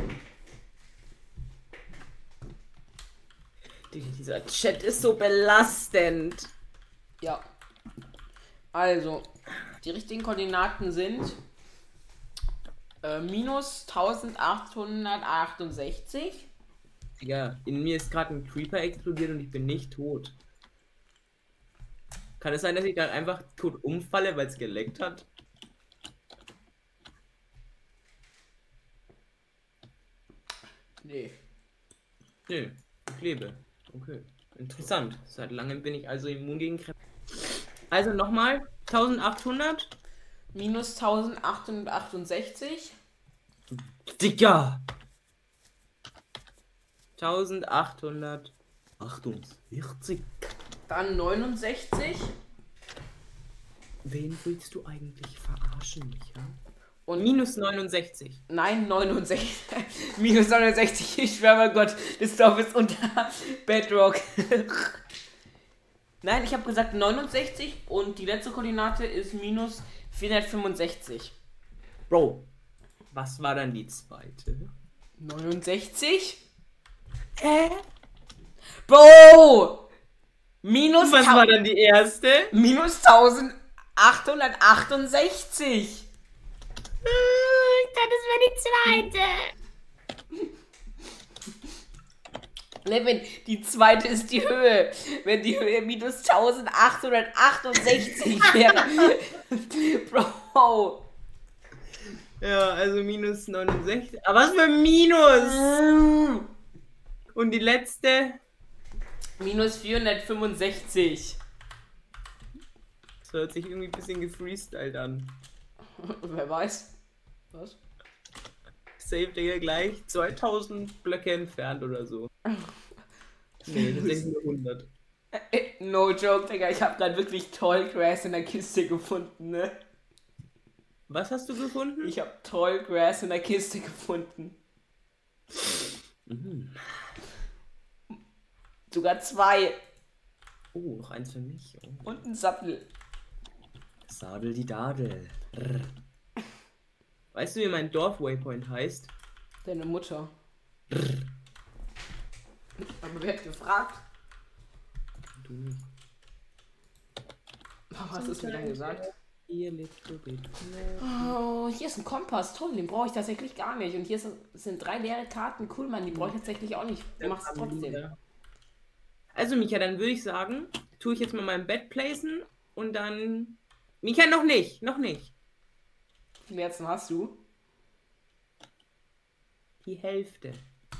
Speaker 2: Dieser Chat ist so belastend.
Speaker 1: Ja. Also, die richtigen Koordinaten sind äh, minus eintausendachthundertachtundsechzig.
Speaker 2: Digga, in mir ist gerade ein Creeper explodiert und ich bin nicht tot. Kann es sein, dass ich dann einfach tot umfalle, weil es geleckt hat?
Speaker 1: Nee.
Speaker 2: Nö, ich lebe. Okay, interessant. Seit langem bin ich also immun gegen Krebs. Also nochmal, eintausendachthundert.
Speaker 1: Minus eintausendachthundertachtundsechzig.
Speaker 2: Digga! eintausendachthundertachtundvierzig.
Speaker 1: Dann neunundsechzig.
Speaker 2: Wen willst du eigentlich verarschen, Micha?
Speaker 1: Und
Speaker 2: Minus neunundsechzig.
Speaker 1: nein, neunundsechzig. Minus neunundsechzig. Ich schwöre bei Gott, das Dorf ist unter Bedrock. Nein, ich habe gesagt neunundsechzig und die letzte Koordinate ist minus vierhundertfünfundsechzig.
Speaker 2: Bro, was war dann die zweite?
Speaker 1: neunundsechzig?
Speaker 2: Hä?
Speaker 1: Bro! Minus,
Speaker 2: Was
Speaker 1: tau-
Speaker 2: war dann die erste?
Speaker 1: minus eintausendachthundertachtundsechzig. achthundertachtundsechzig.
Speaker 2: Das wäre die zweite.
Speaker 1: Levin, die zweite ist die Höhe. Wenn die Höhe minus eintausendachthundertachtundsechzig wäre. Bro.
Speaker 2: Ja, also minus neunundsechzig. Aber was für ein Minus? Und die letzte?
Speaker 1: Minus vierhundertfünfundsechzig.
Speaker 2: Das hört sich irgendwie ein bisschen gefreestylt an.
Speaker 1: Wer weiß. Was?
Speaker 2: Save Digga gleich zweitausend Blöcke entfernt oder so. Nee, das ist nur hundert.
Speaker 1: No joke, Digga. Ich habe gerade wirklich Tall Grass in der Kiste gefunden, ne?
Speaker 2: Was hast du gefunden?
Speaker 1: Ich habe Tall Grass in der Kiste gefunden.
Speaker 2: Mhm.
Speaker 1: Sogar zwei.
Speaker 2: Oh, noch eins für mich. Oh.
Speaker 1: Und ein Sattel.
Speaker 2: Sadel die Dadel. Rrr. Weißt du, wie mein Dorf-Waypoint heißt?
Speaker 1: Deine Mutter. Rrr. Aber wer hat gefragt?
Speaker 2: Du nicht.
Speaker 1: Was hast du mir dann gesagt?
Speaker 2: Hier little bit.
Speaker 1: Oh, hier ist ein Kompass. Toll, den brauche ich tatsächlich gar nicht. Und hier sind, sind drei leere Karten. Cool, Mann, die brauche ich tatsächlich auch nicht. Du machst es trotzdem.
Speaker 2: Also, Micha, dann würde ich sagen, tue ich jetzt mal mein Bett placen und dann... Micha, noch nicht, noch nicht.
Speaker 1: Wie viele Herzen hast du?
Speaker 2: Die Hälfte.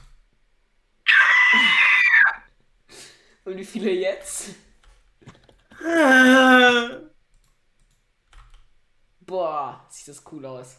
Speaker 1: Und wie viele jetzt? Boah, sieht das cool aus.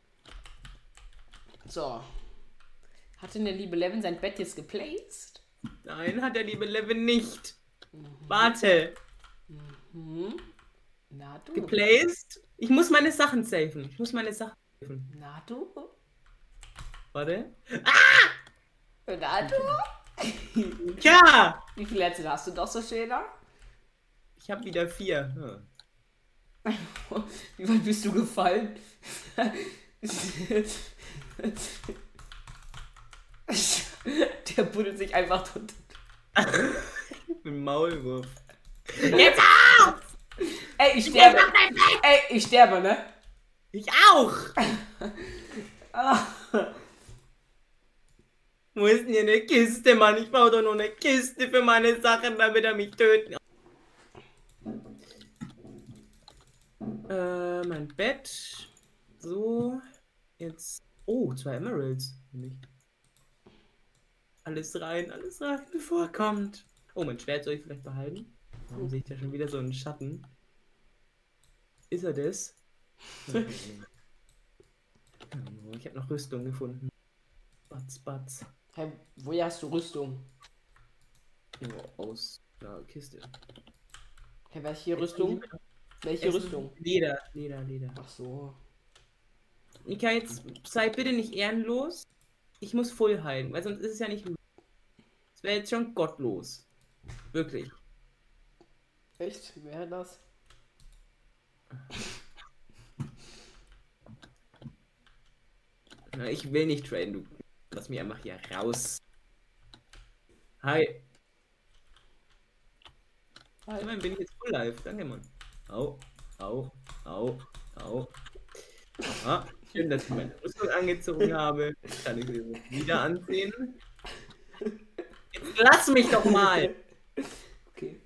Speaker 1: So. Hat denn der liebe Levin sein Bett jetzt geplaced?
Speaker 2: Nein, hat der liebe Levin nicht. Mhm. Warte.
Speaker 1: Mhm. Na du.
Speaker 2: Geplaced? Ich muss meine Sachen safen. Ich muss meine Sachen safen.
Speaker 1: Na du.
Speaker 2: Warte. Ah!
Speaker 1: Na du.
Speaker 2: Ja!
Speaker 1: Wie viele Herzen hast du doch so schöner?
Speaker 2: Ich habe wieder vier. Hm.
Speaker 1: Wie weit bist du gefallen? Der buddelt sich einfach tot.
Speaker 2: Ich bin Maulwurf.
Speaker 1: Jetzt auf! Ey, ich sterbe. Ey, ich sterbe, ne?
Speaker 2: Ich auch! Wo ist denn hier eine Kiste, Mann? Ich brauche doch nur eine Kiste für meine Sachen, damit er mich töten. Äh, mein Bett. So. Jetzt. Oh, zwei Emeralds. Alles rein, alles rein, bevor er kommt. Oh, mein Schwert soll ich vielleicht behalten? Warum sehe ich da schon wieder so einen Schatten? Ist er das? Ich habe noch Rüstung gefunden. Batz, batz.
Speaker 1: Hey, woher hast du Rüstung?
Speaker 2: Ja, aus der Kiste.
Speaker 1: Hey, welche Rüstung? Welche
Speaker 2: Essen,
Speaker 1: Rüstung?
Speaker 2: Leder, Leder, Leder.
Speaker 1: Ach so.
Speaker 2: Nika, jetzt sei bitte nicht ehrenlos. Ich muss voll heilen, weil sonst ist es ja nicht... Es wäre jetzt schon gottlos. Wirklich.
Speaker 1: Echt? Wie wäre das?
Speaker 2: Na, ich will nicht traden, du. Lass mich einfach hier raus. Hi. Hi. Immerhin bin ich jetzt full live. Danke, Mann. Au, au, au, au. Aha. Schön, dass ich meine Rüstung angezogen habe. Kann ich sie wieder anziehen. Jetzt lass mich doch mal.
Speaker 1: Okay.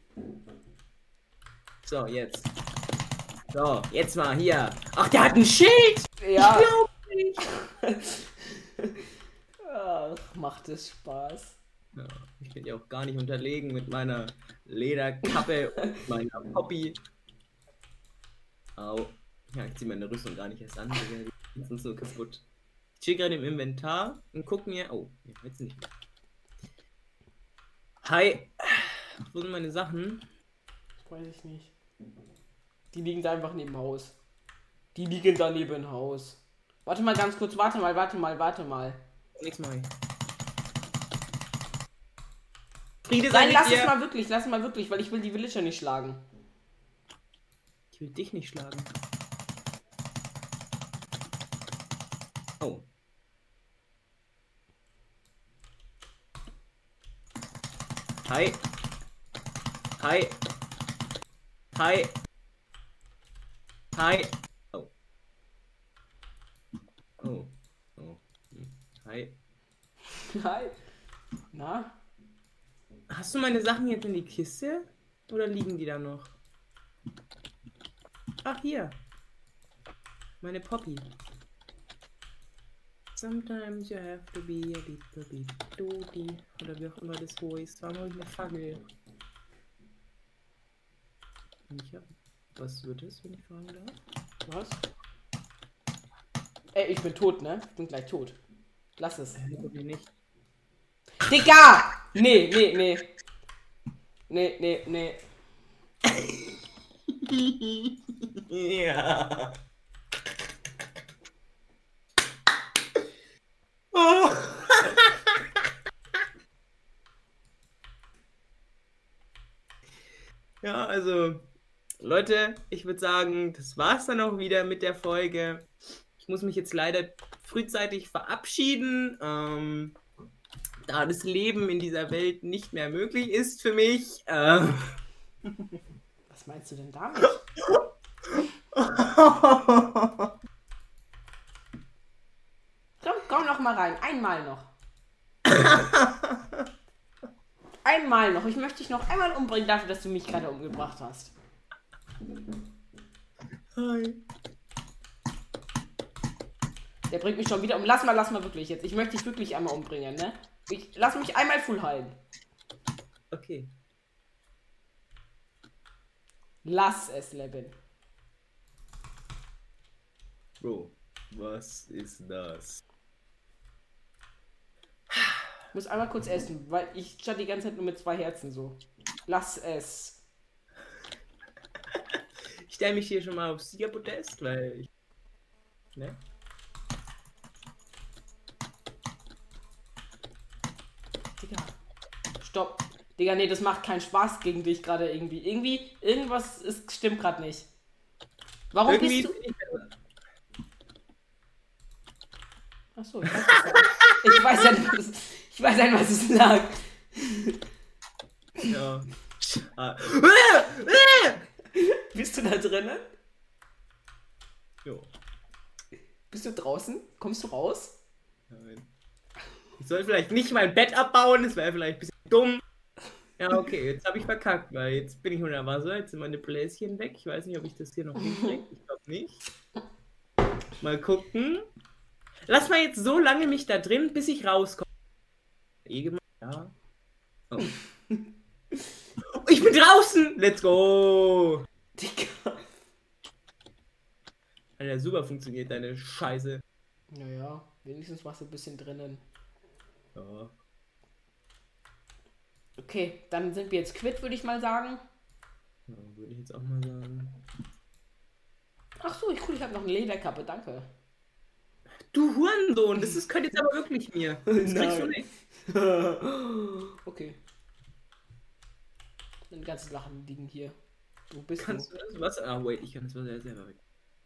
Speaker 2: So, jetzt. So, jetzt mal hier. Ach, der hat ein Schild!
Speaker 1: Ja.
Speaker 2: Ich glaub nicht.
Speaker 1: Ach, macht es Spaß.
Speaker 2: Ja, ich bin ja auch gar nicht unterlegen mit meiner Lederkappe und meiner Poppy. Au. Ja, ich zieh meine Rüstung gar nicht erst an, die sind so kaputt. Ich chill gerade im Inventar und guck mir... Oh, jetzt nicht mehr. Hi. Wo sind meine Sachen?
Speaker 1: Weiß ich nicht. Die liegen da einfach neben Haus. Die liegen da neben Haus. Warte mal ganz kurz, warte mal, warte mal, warte mal.
Speaker 2: Nix mach ich. Friede sei
Speaker 1: Nein,
Speaker 2: mit
Speaker 1: lass
Speaker 2: dir.
Speaker 1: es mal wirklich, lass es mal wirklich, weil ich will die Villager nicht schlagen.
Speaker 2: Ich will dich nicht schlagen. Oh. Hi. Hi. Hi. Hi. Oh. Oh. Oh. Hi.
Speaker 1: Hi. Na?
Speaker 2: Hast du meine Sachen jetzt in die Kiste? Oder liegen die da noch? Ach, hier. Meine Poppy. Sometimes you have to be a little bit dirty. Oder wie auch immer das heißt. War mal eine Fackel. Micha, was wird es, wenn ich fragen darf?
Speaker 1: Was? Ey, ich bin tot, ne? Ich bin gleich tot. Lass es.
Speaker 2: Äh, nicht.
Speaker 1: Digga! Nee, nee, nee. Nee, nee, nee.
Speaker 2: Ja. Oh. Ja, also, Leute, ich würde sagen, das war's dann auch wieder mit der Folge. Ich muss mich jetzt leider frühzeitig verabschieden, ähm, da das Leben in dieser Welt nicht mehr möglich ist für mich. Ähm.
Speaker 1: Was meinst du denn damit? Komm, komm noch mal rein. Einmal noch. Einmal noch. Ich möchte dich noch einmal umbringen dafür, dass du mich gerade umgebracht hast.
Speaker 2: Hi.
Speaker 1: Der bringt mich schon wieder um. Lass mal, lass mal wirklich jetzt. Ich möchte dich wirklich einmal umbringen, ne? Ich lass mich einmal full heilen.
Speaker 2: Okay.
Speaker 1: Lass es, Levin.
Speaker 2: Bro, was ist das?
Speaker 1: Ich muss einmal kurz essen, weil ich stand die ganze Zeit nur mit zwei Herzen so. Lass es.
Speaker 2: Ich stelle mich hier schon mal aufs Siegerpodest, weil ich... Ne?
Speaker 1: Digga. Stopp. Digga, nee, das macht keinen Spaß gegen dich gerade irgendwie. Irgendwie, irgendwas ist, stimmt gerade nicht. Warum
Speaker 2: Irgendwie
Speaker 1: bist du... Achso, ich weiß es nicht. Ich weiß ja nicht, was, ich weiß ja nicht, was es lag.
Speaker 2: Ja. Ah.
Speaker 1: Bist du da drinnen?
Speaker 2: Jo.
Speaker 1: Bist du draußen? Kommst du raus?
Speaker 2: Nein. Ich soll vielleicht nicht mein Bett abbauen, das wäre vielleicht ein bisschen dumm. Ja, okay, jetzt habe ich verkackt, weil jetzt bin ich unter Wasser, jetzt sind meine Bläschen weg. Ich weiß nicht, ob ich das hier noch hinkriege. Ich glaube nicht. Mal gucken. Lass mal jetzt so lange mich da drin, bis ich rauskomme. Eh gemacht, ja. Oh. Ich bin draußen! Let's go!
Speaker 1: Digga.
Speaker 2: Alter, super funktioniert deine Scheiße.
Speaker 1: Naja, wenigstens warst du ein bisschen drinnen.
Speaker 2: Ja.
Speaker 1: Okay, dann sind wir jetzt quitt, würde ich mal sagen.
Speaker 2: Ja, würde ich jetzt auch mal sagen.
Speaker 1: Ach so, ich, cool, ich habe noch eine Lederkappe, danke.
Speaker 2: Du Hurensohn, das ist, könnte jetzt aber wirklich mir. Das kriegst du nicht.
Speaker 1: Okay. Die ganzen Sachen liegen hier. Wo bist
Speaker 2: Kannst
Speaker 1: du?
Speaker 2: du das Wasser? Ah, wait, ich kann das Wasser selber weg.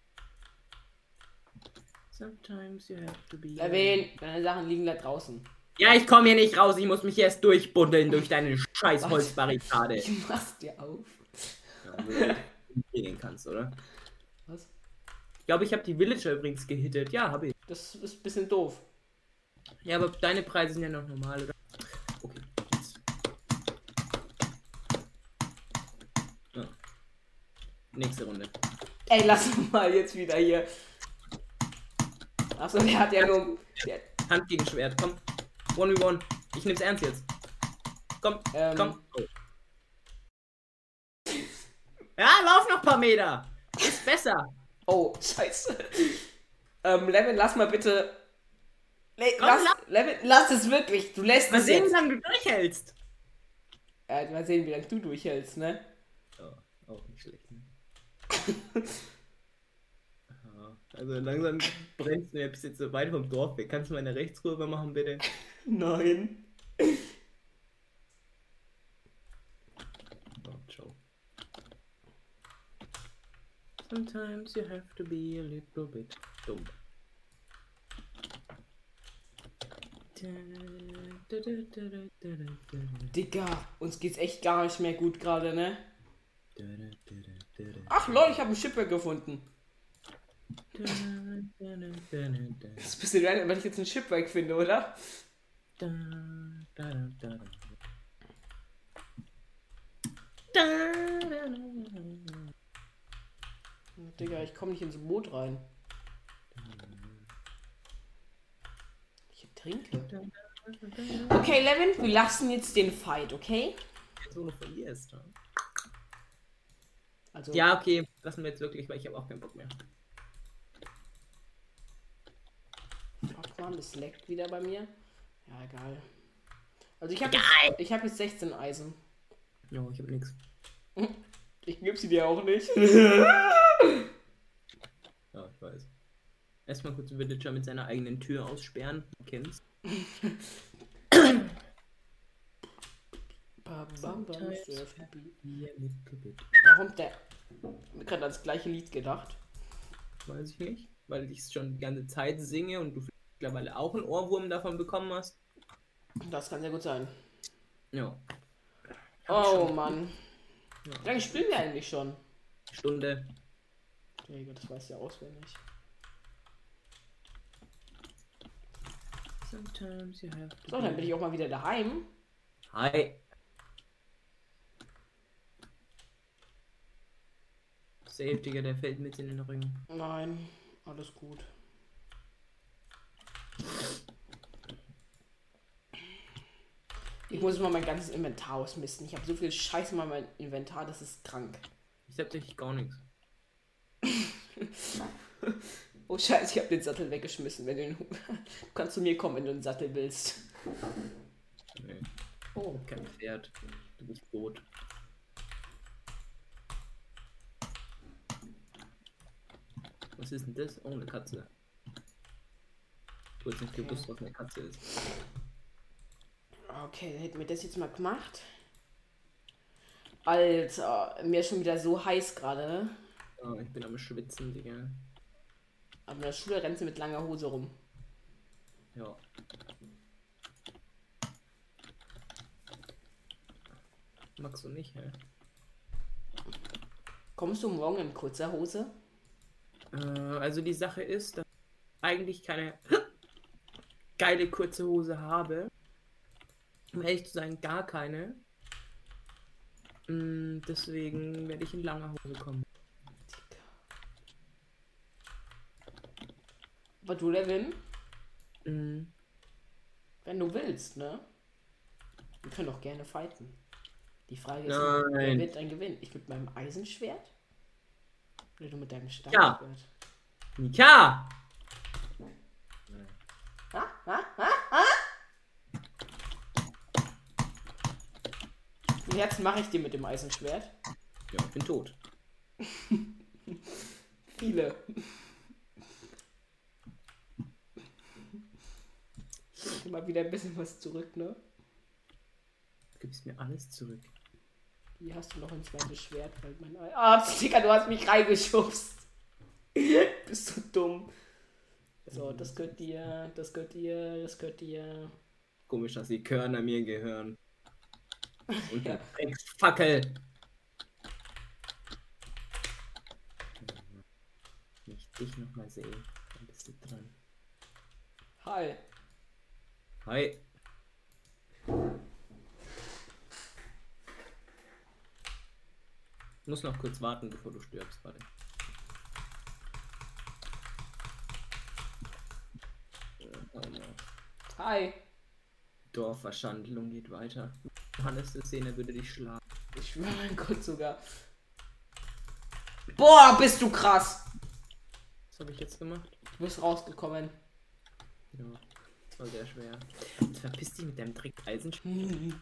Speaker 2: Sometimes you have to be.
Speaker 1: Levin, deine Sachen liegen da draußen.
Speaker 2: Ja, ich komme hier nicht raus. Ich muss mich erst durchbuddeln durch deine scheiß Holzbarrikade.
Speaker 1: Ich mach's dir auf.
Speaker 2: Ja, wo du gehen kannst, oder?
Speaker 1: Was?
Speaker 2: Ich glaube, ich habe die Villager übrigens gehittet. Ja, habe ich.
Speaker 1: Das ist ein bisschen doof.
Speaker 2: Ja, aber deine Preise sind ja noch normal, oder? Okay. Jetzt. Ja. Nächste Runde.
Speaker 1: Ey, lass mal jetzt wieder hier. Achso, der hat ja nur... Der,
Speaker 2: Hand gegen Schwert, komm. One v one. Ich nehm's ernst jetzt. Komm,
Speaker 1: Ähm.
Speaker 2: komm. Oh. Ja, lauf noch ein paar Meter. Ist besser.
Speaker 1: oh, scheiße. ähm, Levin, lass mal bitte... Le
Speaker 2: Komm,
Speaker 1: lass,
Speaker 2: lass-
Speaker 1: Levin, lass es wirklich. Du lässt
Speaker 2: Mal
Speaker 1: es
Speaker 2: sehen, wie
Speaker 1: jetzt.
Speaker 2: lange du durchhältst.
Speaker 1: Ja, mal sehen, wie lange du durchhältst, ne?
Speaker 2: Ja, auch nicht schlecht, ne? Ja, also langsam brennst du ja bis jetzt so weit vom Dorf weg. Kannst du mal eine Rechtskurve machen, bitte?
Speaker 1: Nein.
Speaker 2: Oh, ciao. Sometimes you have to be a little bit dumm.
Speaker 1: Digga, uns geht's echt gar nicht mehr gut gerade, ne? Ach lol, ich habe einen Shipwreck gefunden.
Speaker 2: Da, da, da, da, da.
Speaker 1: Das ist ein bisschen random, wenn ich jetzt einen Shipwreck finde, oder?
Speaker 2: Da, da, da, da, da. Da, da, da, da.
Speaker 1: Digga, ich komme nicht ins Boot rein. Ich trinke. Okay, Levin, wir lassen jetzt den Fight, okay?
Speaker 2: Jetzt, wo du verlierst. Ja?
Speaker 1: Also,
Speaker 2: Ja, okay, lassen wir jetzt wirklich, weil ich habe auch keinen Bock mehr.
Speaker 1: Fuck man, das leckt wieder bei mir. Ja, egal. Also ich habe
Speaker 2: Egal.
Speaker 1: jetzt, ich hab jetzt sechzehn Eisen.
Speaker 2: Ja, ich habe nichts.
Speaker 1: Ich geb sie dir auch nicht.
Speaker 2: Ja, ich weiß. Erstmal kurz Villager mit seiner eigenen Tür aussperren. Du kennst.
Speaker 1: Bam, bam, bam, surfen beat.
Speaker 2: Hier mit Pipit.
Speaker 1: Warum der? Ich hab gerade ans gleiche Lied gedacht.
Speaker 2: Weiß ich nicht. Weil ich es schon die ganze Zeit singe und du mittlerweile auch einen Ohrwurm davon bekommen hast.
Speaker 1: Das kann sehr gut sein.
Speaker 2: Ja.
Speaker 1: Oh Mann.
Speaker 2: Ja.
Speaker 1: Wie lange spielen wir eigentlich schon?
Speaker 2: Stunde.
Speaker 1: Digga, das weiß ja auswendig.
Speaker 2: Sometimes you have to
Speaker 1: So, dann bin ich auch mal wieder daheim.
Speaker 2: Hi. Safe, Digga, der fällt mit in den Ring.
Speaker 1: Nein, alles gut. Ich muss mal mein ganzes Inventar ausmisten. Ich habe so viel Scheiße in meinem Inventar, das ist krank.
Speaker 2: Ich hab tatsächlich gar nichts.
Speaker 1: Oh Scheiße, ich habe den Sattel weggeschmissen. Wenn du, ihn, du kannst zu mir kommen, wenn du einen Sattel willst.
Speaker 2: Nee.
Speaker 1: Oh,
Speaker 2: Kein Pferd. Du bist Boot. Was ist denn das? Oh, eine Katze. Ich weiß nicht gewusst, was eine Katze ist.
Speaker 1: okay, dann hätten wir das jetzt mal gemacht. Alter, mir ist schon wieder so heiß gerade.
Speaker 2: Oh, ich bin am Schwitzen, Digga.
Speaker 1: Aber in der Schule rennt sie mit langer Hose rum.
Speaker 2: Ja. Magst du nicht, hä?
Speaker 1: Kommst du morgen in kurzer Hose?
Speaker 2: Äh, also die Sache ist, dass ich eigentlich keine geile kurze Hose habe. Um ehrlich zu sein, gar keine. Mm, deswegen werde ich in langer Hose kommen.
Speaker 1: Aber du, Levin,
Speaker 2: Mm,
Speaker 1: wenn du willst, ne? Wir können doch gerne fighten. Die Frage ist, wer
Speaker 2: Nein.
Speaker 1: wird ein Gewinn? Ich mit meinem Eisenschwert? Oder du mit deinem
Speaker 2: Ja.
Speaker 1: Stahlschwert?
Speaker 2: Mika!
Speaker 1: Ha? Ha? Ha? Ha? Und jetzt mache ich dir mit dem Eisenschwert.
Speaker 2: Ja, ich bin tot.
Speaker 1: Viele. Immer wieder ein bisschen was zurück, ne?
Speaker 2: Du gibst mir alles zurück.
Speaker 1: Hier hast du noch ein zweites Schwert, weil mein Ei. Ah, Digga, du hast mich reingeschubst. Bist du dumm. So, das gehört dir, das gehört dir, das gehört dir.
Speaker 2: Komisch, dass die Körner mir gehören. Und der Drecksfackel. Wenn ich dich nochmal sehe, dann bist du dran.
Speaker 1: Hi.
Speaker 2: Hi. Ich muss noch kurz warten, bevor du stirbst, warte.
Speaker 1: Hi.
Speaker 2: Dorfverschandlung geht weiter. Hannes ist sehen, er würde dich schlagen.
Speaker 1: Ich schwöre mein Gott sogar. Boah, bist du krass.
Speaker 2: Was habe ich jetzt gemacht?
Speaker 1: Du bist rausgekommen.
Speaker 2: Ja, das war sehr schwer. Jetzt verpiss dich mit deinem Dreck Eisenschwert.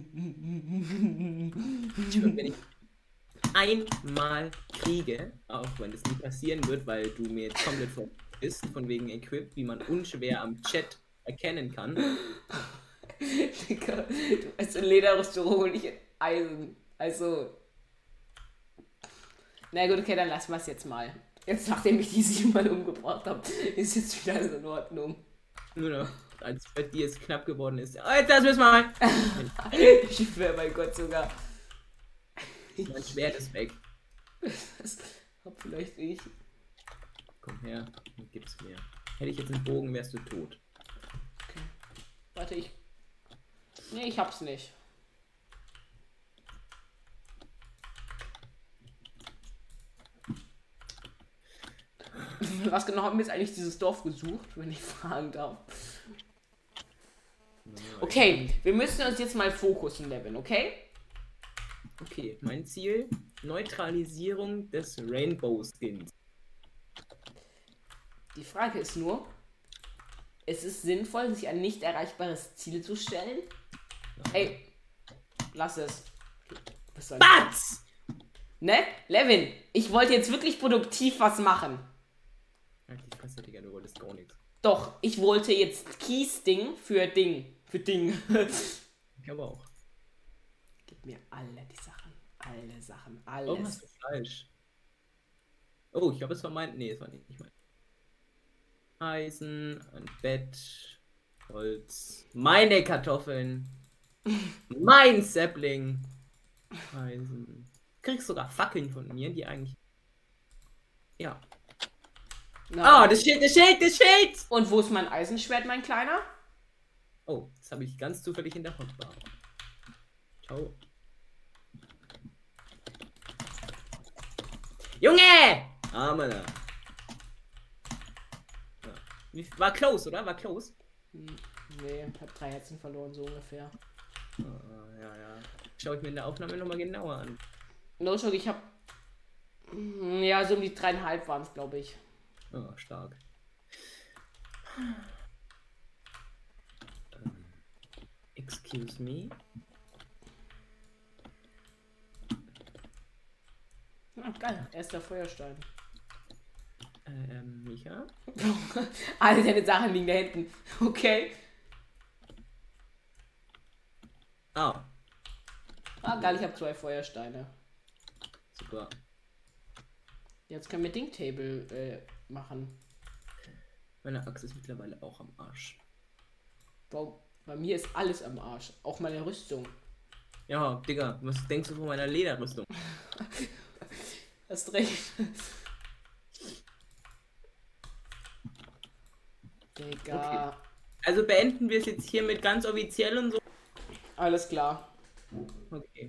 Speaker 2: Wenn ich einmal kriege, auch wenn das nie passieren wird, weil du mir jetzt komplett vor bist, von wegen Equip, wie man unschwer am Chat erkennen kann.
Speaker 1: Digga, du hast in Lederrüstung und nicht in Eisen. Also. Na gut, okay, dann lassen wir es jetzt mal. Jetzt, nachdem ich die siebenmal umgebracht habe, ist jetzt wieder alles in Ordnung.
Speaker 2: Nur noch, als bei dir es knapp geworden ist. Oh, jetzt lass mir's mal.
Speaker 1: Ich schwöre bei Gott sogar.
Speaker 2: Mein Schwert ist weg.
Speaker 1: Das hab vielleicht ich.
Speaker 2: Komm her, gib's mir. Hätte ich jetzt einen Bogen, wärst du tot.
Speaker 1: Okay. Warte, ich... Nee, ich hab's nicht. Was genau haben wir jetzt eigentlich dieses Dorf gesucht, wenn ich fragen darf? Okay, wir müssen uns jetzt mal fokussen, Levin, okay?
Speaker 2: Okay, mein Ziel: Neutralisierung des Rainbow Skins.
Speaker 1: Die Frage ist nur, es ist sinnvoll, sich ein nicht erreichbares Ziel zu stellen? Ey, lass es.
Speaker 2: Was?
Speaker 1: Ne? Levin, ich wollte jetzt wirklich produktiv was machen.
Speaker 2: Halt die Fresse, Digga, du wolltest gar nichts.
Speaker 1: Doch, ich wollte jetzt Kies-Ding für Ding. Für Ding.
Speaker 2: Ich aber auch.
Speaker 1: Gib mir alle die Sachen. Alle Sachen. Alles.
Speaker 2: Oh, hast du Fleisch? Oh, ich glaube, es war mein... Nee, es war nicht, nicht mein. Eisen, ein Bett, Holz, meine Kartoffeln, mein Sapling, Eisen. Du kriegst sogar Fackeln von mir, die eigentlich... Ja.
Speaker 1: Na,
Speaker 2: Ah, das Schild, das Schild, das Schild!
Speaker 1: und wo ist mein Eisenschwert, mein Kleiner?
Speaker 2: Oh, das habe ich ganz zufällig in der Hotbar. Ciao. Junge! Ah, Mann. Ja. War close, oder? War close?
Speaker 1: Hm, nee, hab drei Herzen verloren, so ungefähr.
Speaker 2: Ah, ja, ja. Schau ich mir in der Aufnahme nochmal genauer an.
Speaker 1: No joke, ich hab... hm, Ja, so um die dreieinhalb waren es, glaube ich.
Speaker 2: Oh, stark. Ähm, excuse me.
Speaker 1: Ah, geil, erster Feuerstein.
Speaker 2: Ähm, Micha?
Speaker 1: Alle deine Sachen liegen da hinten. Okay.
Speaker 2: Ah.
Speaker 1: Ah, geil, ich habe zwei Feuersteine.
Speaker 2: Super.
Speaker 1: Jetzt können wir Dingtable äh, machen.
Speaker 2: Meine Axt ist mittlerweile auch am Arsch.
Speaker 1: Warum? Bei mir ist alles am Arsch. Auch meine Rüstung.
Speaker 2: Ja, Digga, was denkst du von meiner Lederrüstung?
Speaker 1: Hast recht. Digga.
Speaker 2: Okay. Also beenden wir es jetzt hiermit ganz offiziell und so.
Speaker 1: Alles klar.
Speaker 2: Okay.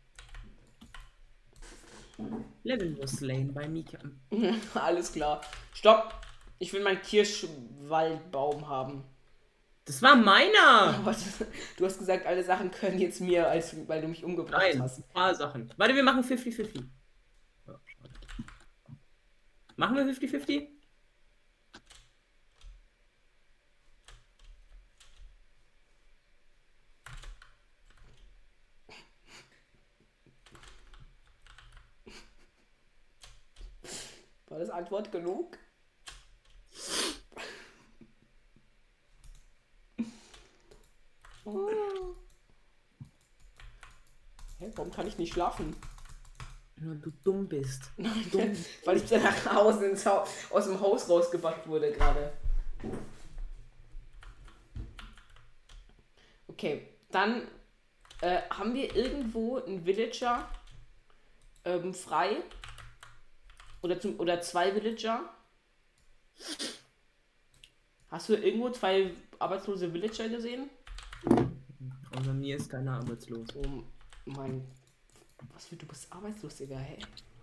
Speaker 2: Levin was slain by Mika.
Speaker 1: Alles klar. Stopp. Ich will meinen Kirschwaldbaum haben.
Speaker 2: Das war meiner!
Speaker 1: Du hast gesagt, alle Sachen können jetzt mir, als weil du mich umgebracht
Speaker 2: Nein,
Speaker 1: hast.
Speaker 2: ein paar Sachen. Warte, wir machen fünfzig fünfzig. Oh, schade. Machen wir fünfzig fünfzig?
Speaker 1: War das Antwort genug? Oh. Hä, warum kann ich nicht schlafen?
Speaker 2: Nur du dumm bist.
Speaker 1: Dumm. Weil ich dann nach Hause ins Haus, aus dem Haus rausgebackt wurde gerade. Okay, dann äh, haben wir irgendwo einen Villager ähm, frei. Oder, zum, oder zwei Villager. Hast du irgendwo zwei arbeitslose Villager gesehen?
Speaker 2: Außer mir ist keiner arbeitslos.
Speaker 1: Oh mein... Was für... Du bist arbeitslos, Digga, hey.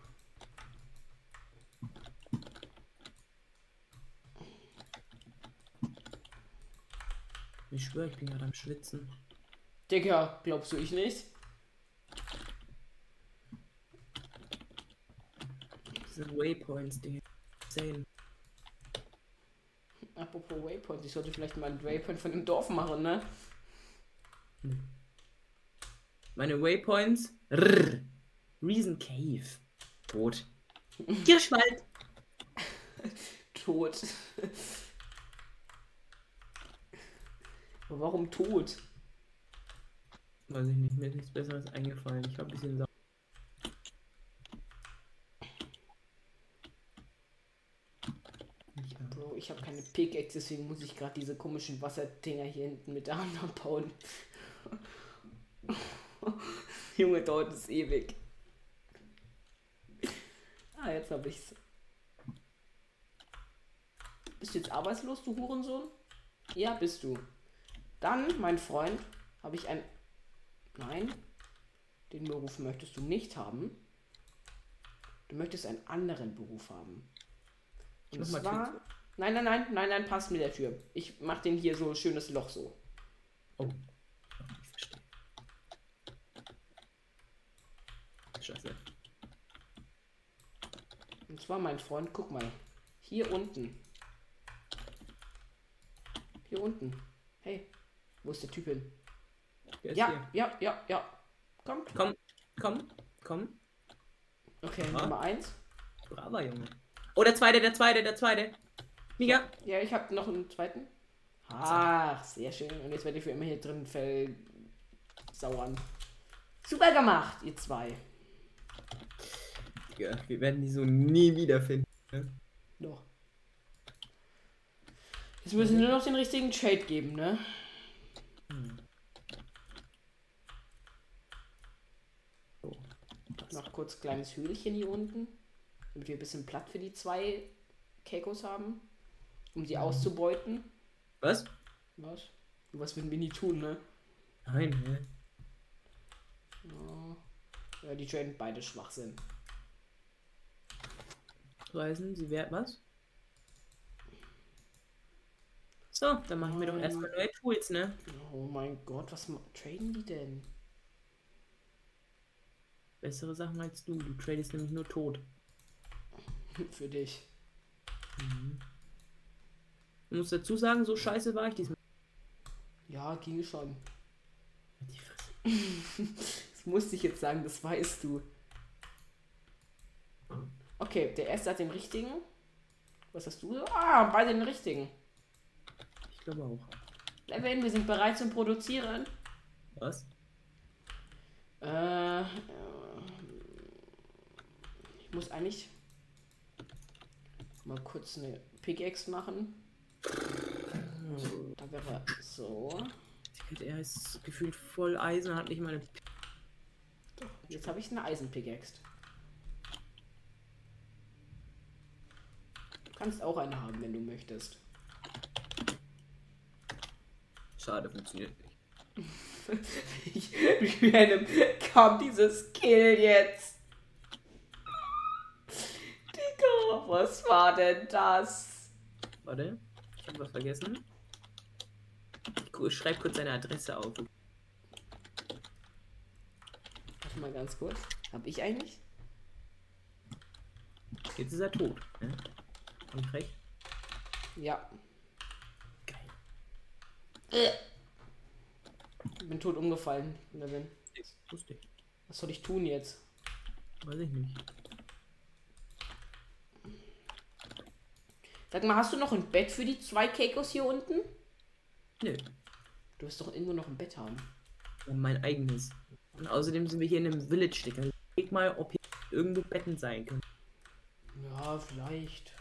Speaker 2: Ich schwöre, ich bin gerade am Schwitzen.
Speaker 1: Digga, glaubst du ich nicht?
Speaker 2: Diese Waypoints, die sehen.
Speaker 1: Apropos Waypoints, ich sollte vielleicht mal einen Waypoint von dem Dorf machen, ne?
Speaker 2: Hm. Meine Waypoints. Rrr. Reason Cave. Tot. Kirschwald.
Speaker 1: Tot. Aber warum tot?
Speaker 2: Weiß ich nicht, mir ist nichts Besseres eingefallen. Ich habe ein bisschen Sa
Speaker 1: Bro, ich habe keine Pickaxe, deswegen muss ich gerade diese komischen Wasserdinger hier hinten mit der Hand abbauen. Junge, dauert es ewig. Ah, jetzt habe ich's. Bist du jetzt arbeitslos, du Hurensohn? Ja, bist du. Dann, mein Freund, habe ich ein... Nein, den Beruf möchtest du nicht haben. Du möchtest einen anderen Beruf haben. Und
Speaker 2: Mach mal
Speaker 1: zwar...
Speaker 2: Tür
Speaker 1: Nein, nein, nein, nein, nein, passt mit der Tür. Ich mach den hier so ein schönes Loch so.
Speaker 2: Oh. Ich verstehe. Scheiße.
Speaker 1: Und zwar, mein Freund, guck mal. Hier unten. Hier unten. Hey, wo ist der Typ hin?
Speaker 2: Der ist
Speaker 1: Ja,
Speaker 2: hier.
Speaker 1: ja, ja, ja. Komm.
Speaker 2: Komm, komm, komm.
Speaker 1: Okay,
Speaker 2: Ja.
Speaker 1: Nummer eins.
Speaker 2: Braver Junge. Oh, der zweite, der zweite, der zweite. Mega.
Speaker 1: Ja, ich habe noch einen zweiten. Ach, sehr schön. Und jetzt werde ich für immer hier drin versauern. Super gemacht, ihr zwei.
Speaker 2: Ja, wir werden die so nie wiederfinden. Ne?
Speaker 1: Doch. Jetzt müssen wir nur noch den richtigen Trade geben, ne?
Speaker 2: Hm. So.
Speaker 1: Noch kurz kleines Höhlchen hier unten. Damit wir ein bisschen Platz für die zwei Kekos haben. Um sie auszubeuten.
Speaker 2: Was?
Speaker 1: Was? Was würden wir nie tun, ne?
Speaker 2: Nein, hä?
Speaker 1: Ja, ja die traden beide Schwachsinn.
Speaker 2: Reisen, sie wert was? So, dann machen wir doch erstmal neue Tools, ne?
Speaker 1: Oh mein Gott, was ma- traden die denn?
Speaker 2: Bessere Sachen als du. Du tradest nämlich nur tot.
Speaker 1: Für dich.
Speaker 2: Mhm. Ich muss dazu sagen, so scheiße war ich diesmal.
Speaker 1: Ja, ging schon.
Speaker 2: Die Fresse.
Speaker 1: Das musste ich jetzt sagen, das weißt du. Okay, der erste hat den richtigen. Was hast du? Ah, beide den richtigen.
Speaker 2: Ich glaube auch.
Speaker 1: Levin, wir sind bereit zum Produzieren.
Speaker 2: Was?
Speaker 1: Äh, äh, ich muss eigentlich mal kurz eine Pickaxe machen. Da wäre so.
Speaker 2: Er ist gefühlt voll Eisen, hat nicht mal eine.
Speaker 1: Jetzt habe ich eine Eisenpickaxe. Du kannst auch eine haben, wenn du möchtest.
Speaker 2: Schade, funktioniert nicht.
Speaker 1: Ich, wie einem kam dieses Kill jetzt. Digga, was war denn das?
Speaker 2: Warte, ich habe was vergessen. Ich schreibe kurz seine Adresse auf.
Speaker 1: Warte mal ganz kurz. Hab ich eigentlich?
Speaker 2: Jetzt ist er tot. Ne? Und recht?
Speaker 1: Ja.
Speaker 2: Geil.
Speaker 1: Ich bin tot umgefallen. Levin.
Speaker 2: Wusste ich.
Speaker 1: Was soll ich tun jetzt?
Speaker 2: Weiß ich nicht.
Speaker 1: Sag mal, hast du noch ein Bett für die zwei Kekos hier unten?
Speaker 2: Nö.
Speaker 1: Du wirst doch irgendwo noch ein Bett haben.
Speaker 2: Und mein eigenes. Und außerdem sind wir hier in einem Village, Digga. Leg mal, ob hier irgendwo Betten sein können.
Speaker 1: Ja, vielleicht.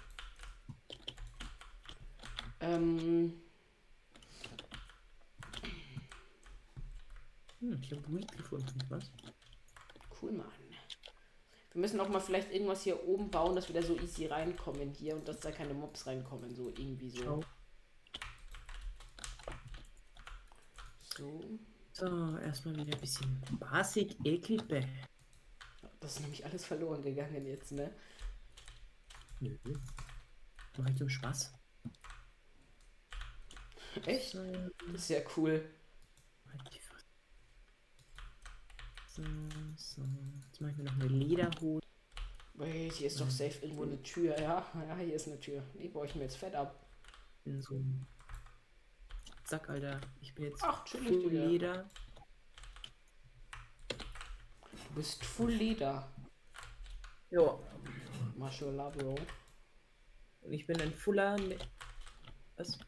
Speaker 1: Ähm.
Speaker 2: Hm, ich habe Weed gefunden. Was?
Speaker 1: Cool, Mann. Wir müssen auch mal vielleicht irgendwas hier oben bauen, dass wir da so easy reinkommen hier und dass da keine Mobs reinkommen. So irgendwie so.
Speaker 2: Schau.
Speaker 1: So.
Speaker 2: So, erstmal wieder ein bisschen Basic Equipe.
Speaker 1: Das ist nämlich alles verloren gegangen jetzt, ne?
Speaker 2: Nö. Mach ich zum Spaß.
Speaker 1: Echt?
Speaker 2: So,
Speaker 1: Das ist ja cool.
Speaker 2: halt die Fresse. So, so. Jetzt mache ich mir noch eine Lederhose.
Speaker 1: Wait, hier ist doch safe irgendwo eine Tür, ja? Ja, hier ist eine Tür. Die baue ich mir jetzt fett ab.
Speaker 2: In so einem Zack, Alter. Ich bin jetzt
Speaker 1: Ach, chillig,
Speaker 2: full
Speaker 1: Digga.
Speaker 2: Leder.
Speaker 1: Du bist full Leder.
Speaker 2: Ja.
Speaker 1: Mashallah, Bro.
Speaker 2: Und ich bin ein fuller. Ne Was?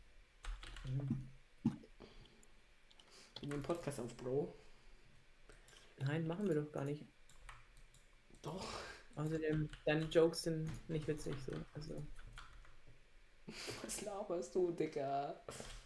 Speaker 1: Wir nehmen Podcast auf, Bro.
Speaker 2: Nein, machen wir doch gar nicht.
Speaker 1: Doch.
Speaker 2: Außerdem, deine Jokes sind nicht witzig so. Also.
Speaker 1: Was laberst du, Digga?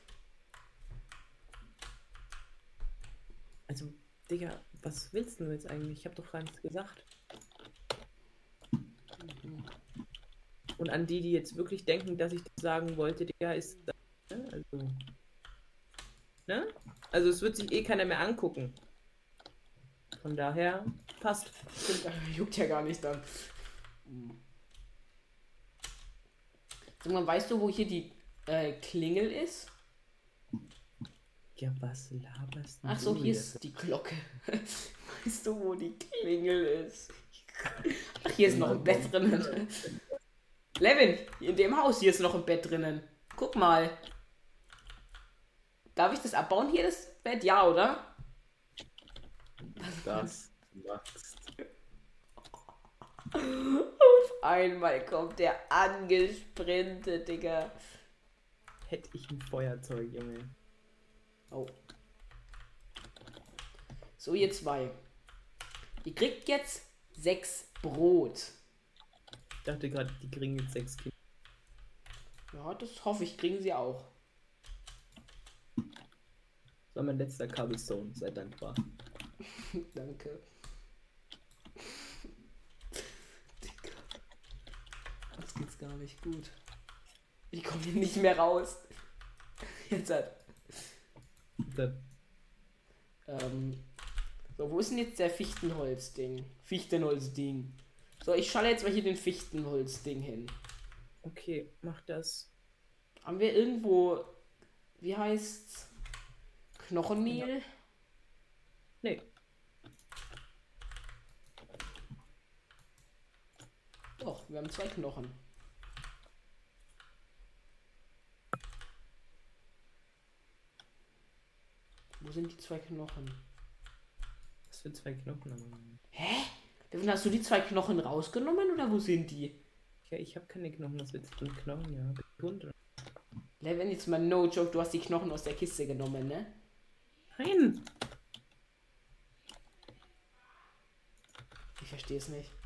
Speaker 2: Also, Digga, was willst du jetzt eigentlich? Ich hab doch gar nichts gesagt. Und an die, die jetzt wirklich denken, dass ich das sagen wollte, Digga, ist das, ne? Also, ne? Also es wird sich eh keiner mehr angucken. Von daher passt.
Speaker 1: Juckt ja gar nicht dann. Sag mal, weißt du, wo hier die äh, Klingel ist?
Speaker 2: Ja, was laberst du?
Speaker 1: Ach so, hier ist die Glocke. Weißt du, wo die Klingel ist? Ach, hier ist noch ein Bett drinnen. Levin, in dem Haus, hier ist noch ein Bett drinnen. Guck mal. Darf ich das abbauen hier, das Bett? Ja, oder?
Speaker 2: Das machst.
Speaker 1: Auf einmal kommt der angesprintet, Digga.
Speaker 2: Hätte ich ein Feuerzeug, Junge.
Speaker 1: Oh. So, ihr zwei. Ihr kriegt jetzt sechs Brot.
Speaker 2: Ich dachte gerade, die kriegen jetzt sechs Kinder.
Speaker 1: Ja, das hoffe ich, kriegen sie auch.
Speaker 2: Das war mein letzter Cobblestone, sei dankbar.
Speaker 1: Danke. Digga. Das geht's gar nicht gut. Ich komme hier nicht mehr raus. Jetzt halt.
Speaker 2: Dann.
Speaker 1: Ähm. So, wo ist denn jetzt der Fichtenholz-Ding? Fichtenholz-Ding. So, ich schalle jetzt mal hier den Fichtenholz-Ding hin.
Speaker 2: Okay, mach das.
Speaker 1: Haben wir irgendwo, wie heißt's? Knochenmehl?
Speaker 2: Nee.
Speaker 1: Doch, wir haben zwei Knochen. Wo sind die zwei Knochen?
Speaker 2: Was für zwei Knochen?
Speaker 1: Hä? Devin, hast du die zwei Knochen rausgenommen oder wo sind die?
Speaker 2: Ja, ich habe keine Knochen, was willst du mit Knochen? Ja, Hund.
Speaker 1: Levin, jetzt mal no joke, du hast die Knochen aus der Kiste genommen, ne?
Speaker 2: Nein!
Speaker 1: Ich verstehe es nicht.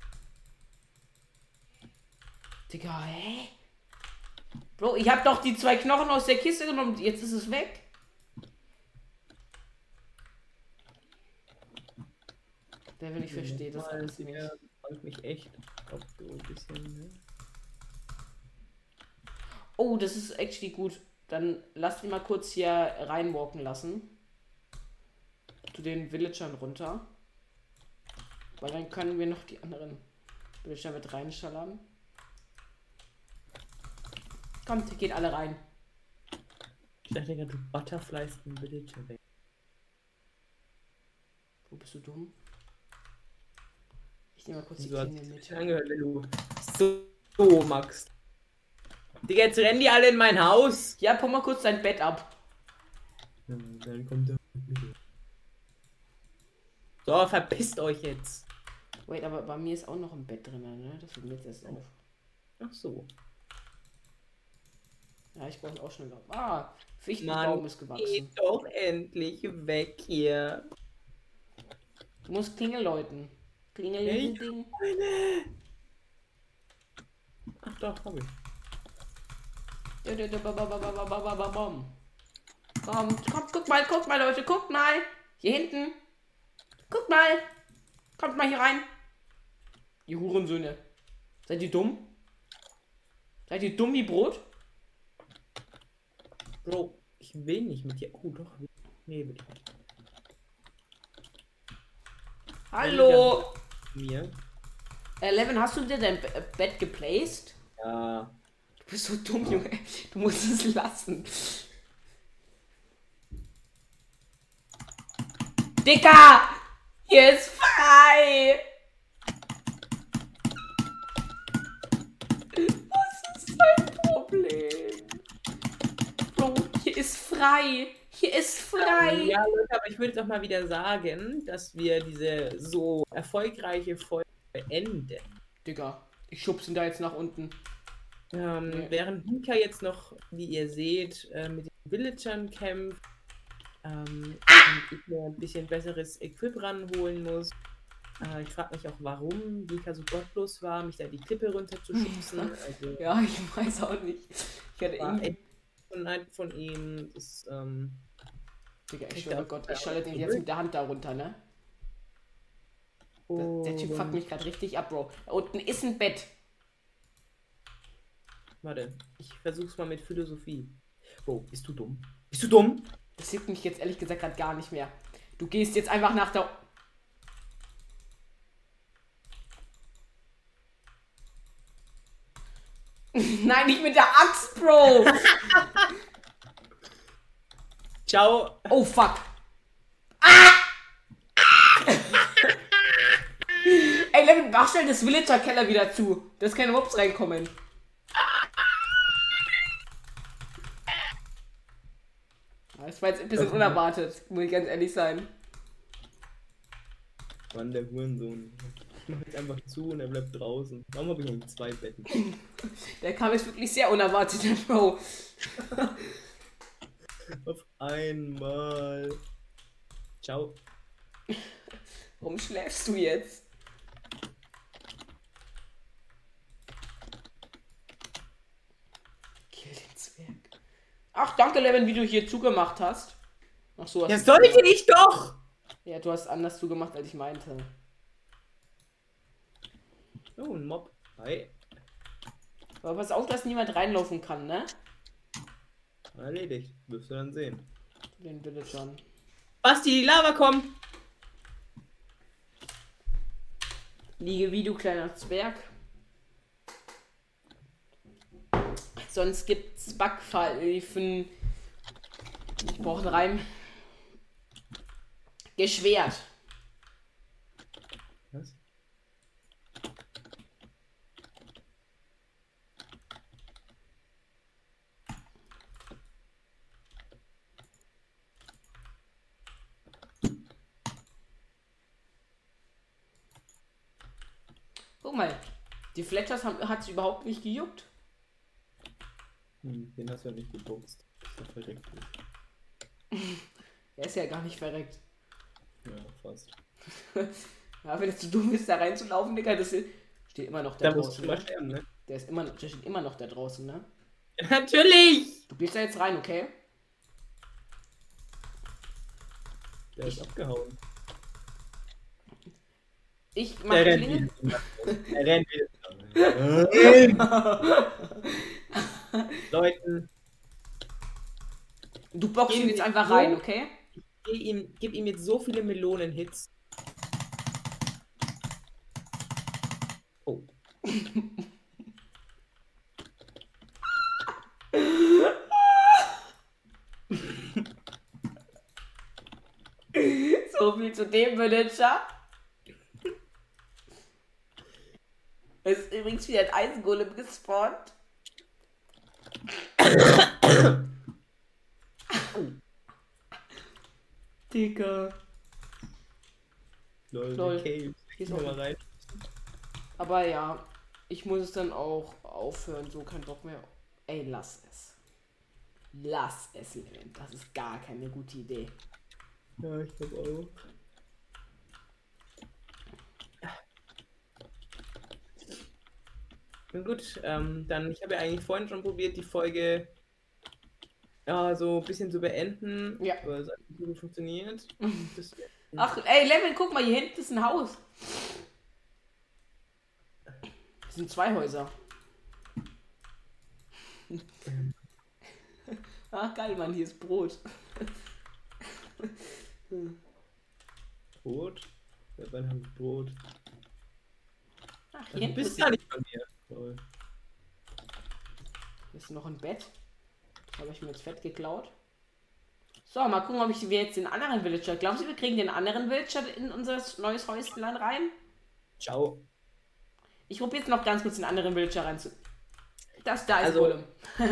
Speaker 1: Digga, hä? Bro, ich hab doch die zwei Knochen aus der Kiste genommen, jetzt ist es weg. Devin, ich verstehe das alles nicht.
Speaker 2: Ja, freut mich echt, ob du ein bisschen, ne?
Speaker 1: Oh, das ist actually gut. Dann lass mich mal kurz hier reinwalken lassen. Zu den Villagern runter. Weil dann können wir noch die anderen Villager mit reinschallern. Kommt, geht alle rein.
Speaker 2: Ich dachte gerade, du butterfliest den Villager weg.
Speaker 1: Wo bist du dumm? Ich nehme mal kurz die
Speaker 2: So hat
Speaker 1: Klinge
Speaker 2: sich
Speaker 1: mit.
Speaker 2: angehört, wenn du so, so magst. Digga, jetzt rennen die alle in mein Haus.
Speaker 1: Ja, pull mal kurz dein Bett ab.
Speaker 2: Ja, dann kommt er. So, verpisst euch jetzt.
Speaker 1: Wait, aber bei mir ist auch noch ein Bett drin, ne? Das wird mir jetzt erst auf.
Speaker 2: Ach so.
Speaker 1: Ja, ich brauche auch schnell ab. Ah, Fichtenbaum
Speaker 2: Mann,
Speaker 1: ist gewachsen.
Speaker 2: geht doch endlich weg hier.
Speaker 1: Du musst Klingel läuten. Klingel
Speaker 2: Hey,
Speaker 1: Ding.
Speaker 2: Ach doch, hab ich.
Speaker 1: Kommt, kommt, guck mal, guck mal, Leute, guckt mal. Hier hinten. Guckt mal. Kommt mal hier rein. Ihr Hurensöhne. Seid ihr dumm? Seid ihr dumm wie Brot?
Speaker 2: Bro, ich will nicht mit dir. Oh, doch. Nee, bitte.
Speaker 1: Hallo.
Speaker 2: Mir?
Speaker 1: Äh, Levin, hast du dir dein B Bett geplaced?
Speaker 2: Ja.
Speaker 1: Du bist so dumm, Junge. Du musst es lassen. Dicker! Hier ist frei! Was ist dein Problem? Bro, hier ist frei! Hier ist frei!
Speaker 2: Ja, Leute, aber ich würde doch mal wieder sagen, dass wir diese so erfolgreiche Folge beenden.
Speaker 1: Digga, ich schub's ihn da jetzt nach unten.
Speaker 2: Ähm,
Speaker 1: Nee.
Speaker 2: Während Mika jetzt noch, wie ihr seht, äh, mit den Villagern kämpft, ähm, und ich mir ein bisschen besseres Equip ranholen muss. Äh, ich frage mich auch, warum Mika so gottlos war, mich da die Klippe runterzuschubsen. Also,
Speaker 1: Ja, ich weiß auch nicht. Ich hatte
Speaker 2: war
Speaker 1: irgendwie...
Speaker 2: echt von, Neid von ihm. Das, ähm,
Speaker 1: Digga, ich
Speaker 2: Ich
Speaker 1: schwöre
Speaker 2: darf-
Speaker 1: Gott, ich schalte den jetzt mit der Hand da runter, ne? Der, der Typ fuckt mich gerade richtig ab, Bro. Da unten ist ein Bett.
Speaker 2: Warte, ich versuch's mal mit Philosophie. Oh, bist du dumm? Bist du dumm?
Speaker 1: Das juckt mich jetzt ehrlich gesagt gerade gar nicht mehr. Du gehst jetzt einfach nach der... Nein, nicht mit der Axt, Bro!
Speaker 2: Ciao.
Speaker 1: Oh, fuck. Ah! Ey, Levin, mach schnell das Villager-Keller wieder zu. Da ist keine Mobs reinkommen. Das war jetzt ein bisschen unerwartet, muss ich ganz ehrlich sein.
Speaker 2: Mann, der Hurensohn. Ich mach jetzt einfach zu und er bleibt draußen. Warum habe ich noch zwei Betten?
Speaker 1: Der kam jetzt wirklich sehr unerwartet, der Bro.
Speaker 2: Auf einmal. Ciao.
Speaker 1: Warum schläfst du jetzt? Kill den Zwerg. Ach, danke, Levin, wie du hier zugemacht hast. Ach so, hast
Speaker 2: Ja,
Speaker 1: du
Speaker 2: sollte
Speaker 1: zugemacht.
Speaker 2: ich doch!
Speaker 1: Ja, du hast anders zugemacht, als ich meinte.
Speaker 2: Oh, ein Mob. Hi.
Speaker 1: Aber pass auf, dass niemand reinlaufen kann, ne?
Speaker 2: Erledigt. Wirst du dann sehen.
Speaker 1: Den Villagern.
Speaker 2: Basti, die Lava kommt!
Speaker 1: Liege wie du kleiner Zwerg. Sonst gibt's Backpfeifen. Ich brauche einen Reim. Geschwert.
Speaker 2: Was?
Speaker 1: Guck mal. Die Fletchers haben, hat sie überhaupt nicht gejuckt.
Speaker 2: Hm, den hast du ja nicht gepokst. Ist ja verreckt.
Speaker 1: Er ist ja gar nicht verreckt.
Speaker 2: Ja, fast.
Speaker 1: Ja, wenn es zu dumm ist, da reinzulaufen, Digga, das ist, steht immer noch da
Speaker 2: Da musst
Speaker 1: draußen.
Speaker 2: du mal
Speaker 1: Ne?
Speaker 2: sterben, ne?
Speaker 1: Der ist immer, der steht immer noch da draußen, ne?
Speaker 2: Ja, natürlich!
Speaker 1: Du gehst da jetzt rein, okay?
Speaker 2: Der ist abgehauen.
Speaker 1: Ich mach
Speaker 2: Der
Speaker 1: die
Speaker 2: rennt
Speaker 1: Klingel.
Speaker 2: wieder. Er rennt wieder. Leuten,
Speaker 1: Du boxst ihn
Speaker 2: Geh
Speaker 1: jetzt
Speaker 2: nicht
Speaker 1: einfach
Speaker 2: so.
Speaker 1: rein, okay?
Speaker 2: gib ihm, gib ihm jetzt so viele Melonen-Hits. Oh.
Speaker 1: So viel zu dem Villager. Es ist übrigens wieder ein Eisengolem gespawnt. Digga.
Speaker 2: Lol,
Speaker 1: Lol.
Speaker 2: okay.
Speaker 1: Hier ist
Speaker 2: Geh
Speaker 1: auch
Speaker 2: mal rein.
Speaker 1: Aber ja, ich muss es dann auch aufhören, so kein Bock mehr. Ey, lass es. Lass es, Levin. Das ist gar keine gute Idee.
Speaker 2: Ja, ich glaube auch. Na gut, ähm, dann, ich habe ja eigentlich vorhin schon probiert, die Folge ja, so ein bisschen zu beenden.
Speaker 1: Ja.
Speaker 2: Aber es hat nicht so gut funktioniert. Das,
Speaker 1: Ach, ey, Levin, guck mal, hier hinten ist ein Haus. Das sind zwei Häuser. Ach, geil, Mann, hier ist Brot.
Speaker 2: Brot? Ja, dann haben wir Brot.
Speaker 1: Ach, hier
Speaker 2: Du
Speaker 1: hinten
Speaker 2: bist
Speaker 1: ist,
Speaker 2: gar nicht bei mir. Toll.
Speaker 1: hier ist noch ein Bett. Das habe ich mir jetzt fett geklaut. So, mal gucken, ob ich wir jetzt den anderen Villager... Glauben Sie, wir kriegen den anderen Villager in unser neues Häuslein rein?
Speaker 2: Ciao.
Speaker 1: Ich probiere jetzt noch ganz kurz den anderen Villager rein zu... Das da ist
Speaker 2: Also-
Speaker 1: Golem.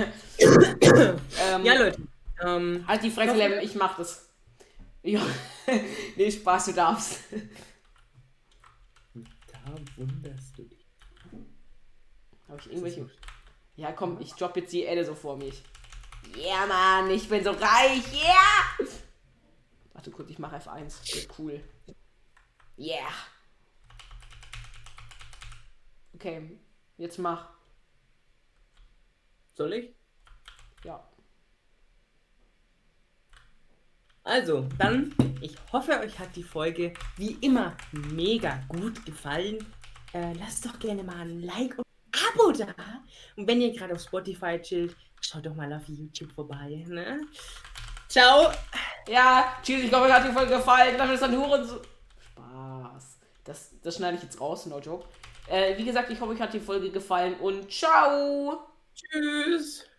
Speaker 1: ähm,
Speaker 2: Ja, Leute. Ähm,
Speaker 1: Halt die Fresse,
Speaker 2: Doch.
Speaker 1: Levin, ich mach das. Ja. Nee, Spaß, du darfst.
Speaker 2: da wunderst du dich.
Speaker 1: Habe ich irgendwelche... Ja, komm, ich drop jetzt die Erde so vor mich. Ja, yeah, Mann, ich bin so reich, yeah! Warte kurz, ich mach F eins. Wird cool. Yeah. Okay, jetzt mach.
Speaker 2: Soll ich?
Speaker 1: Ja.
Speaker 2: Also, dann, ich hoffe, euch hat die Folge wie immer mega gut gefallen. Äh, lasst doch gerne mal ein Like und Abo da. Und wenn ihr gerade auf Spotify chillt, schaut doch mal auf YouTube vorbei. Ne? Ciao.
Speaker 1: Ja, tschüss, ich hoffe, euch hat die Folge gefallen. Dann ist dann Huren so. Spaß. Das, das schneide ich jetzt raus, no joke. Äh, wie gesagt, ich hoffe, euch hat die Folge gefallen und ciao.
Speaker 2: Tschüss.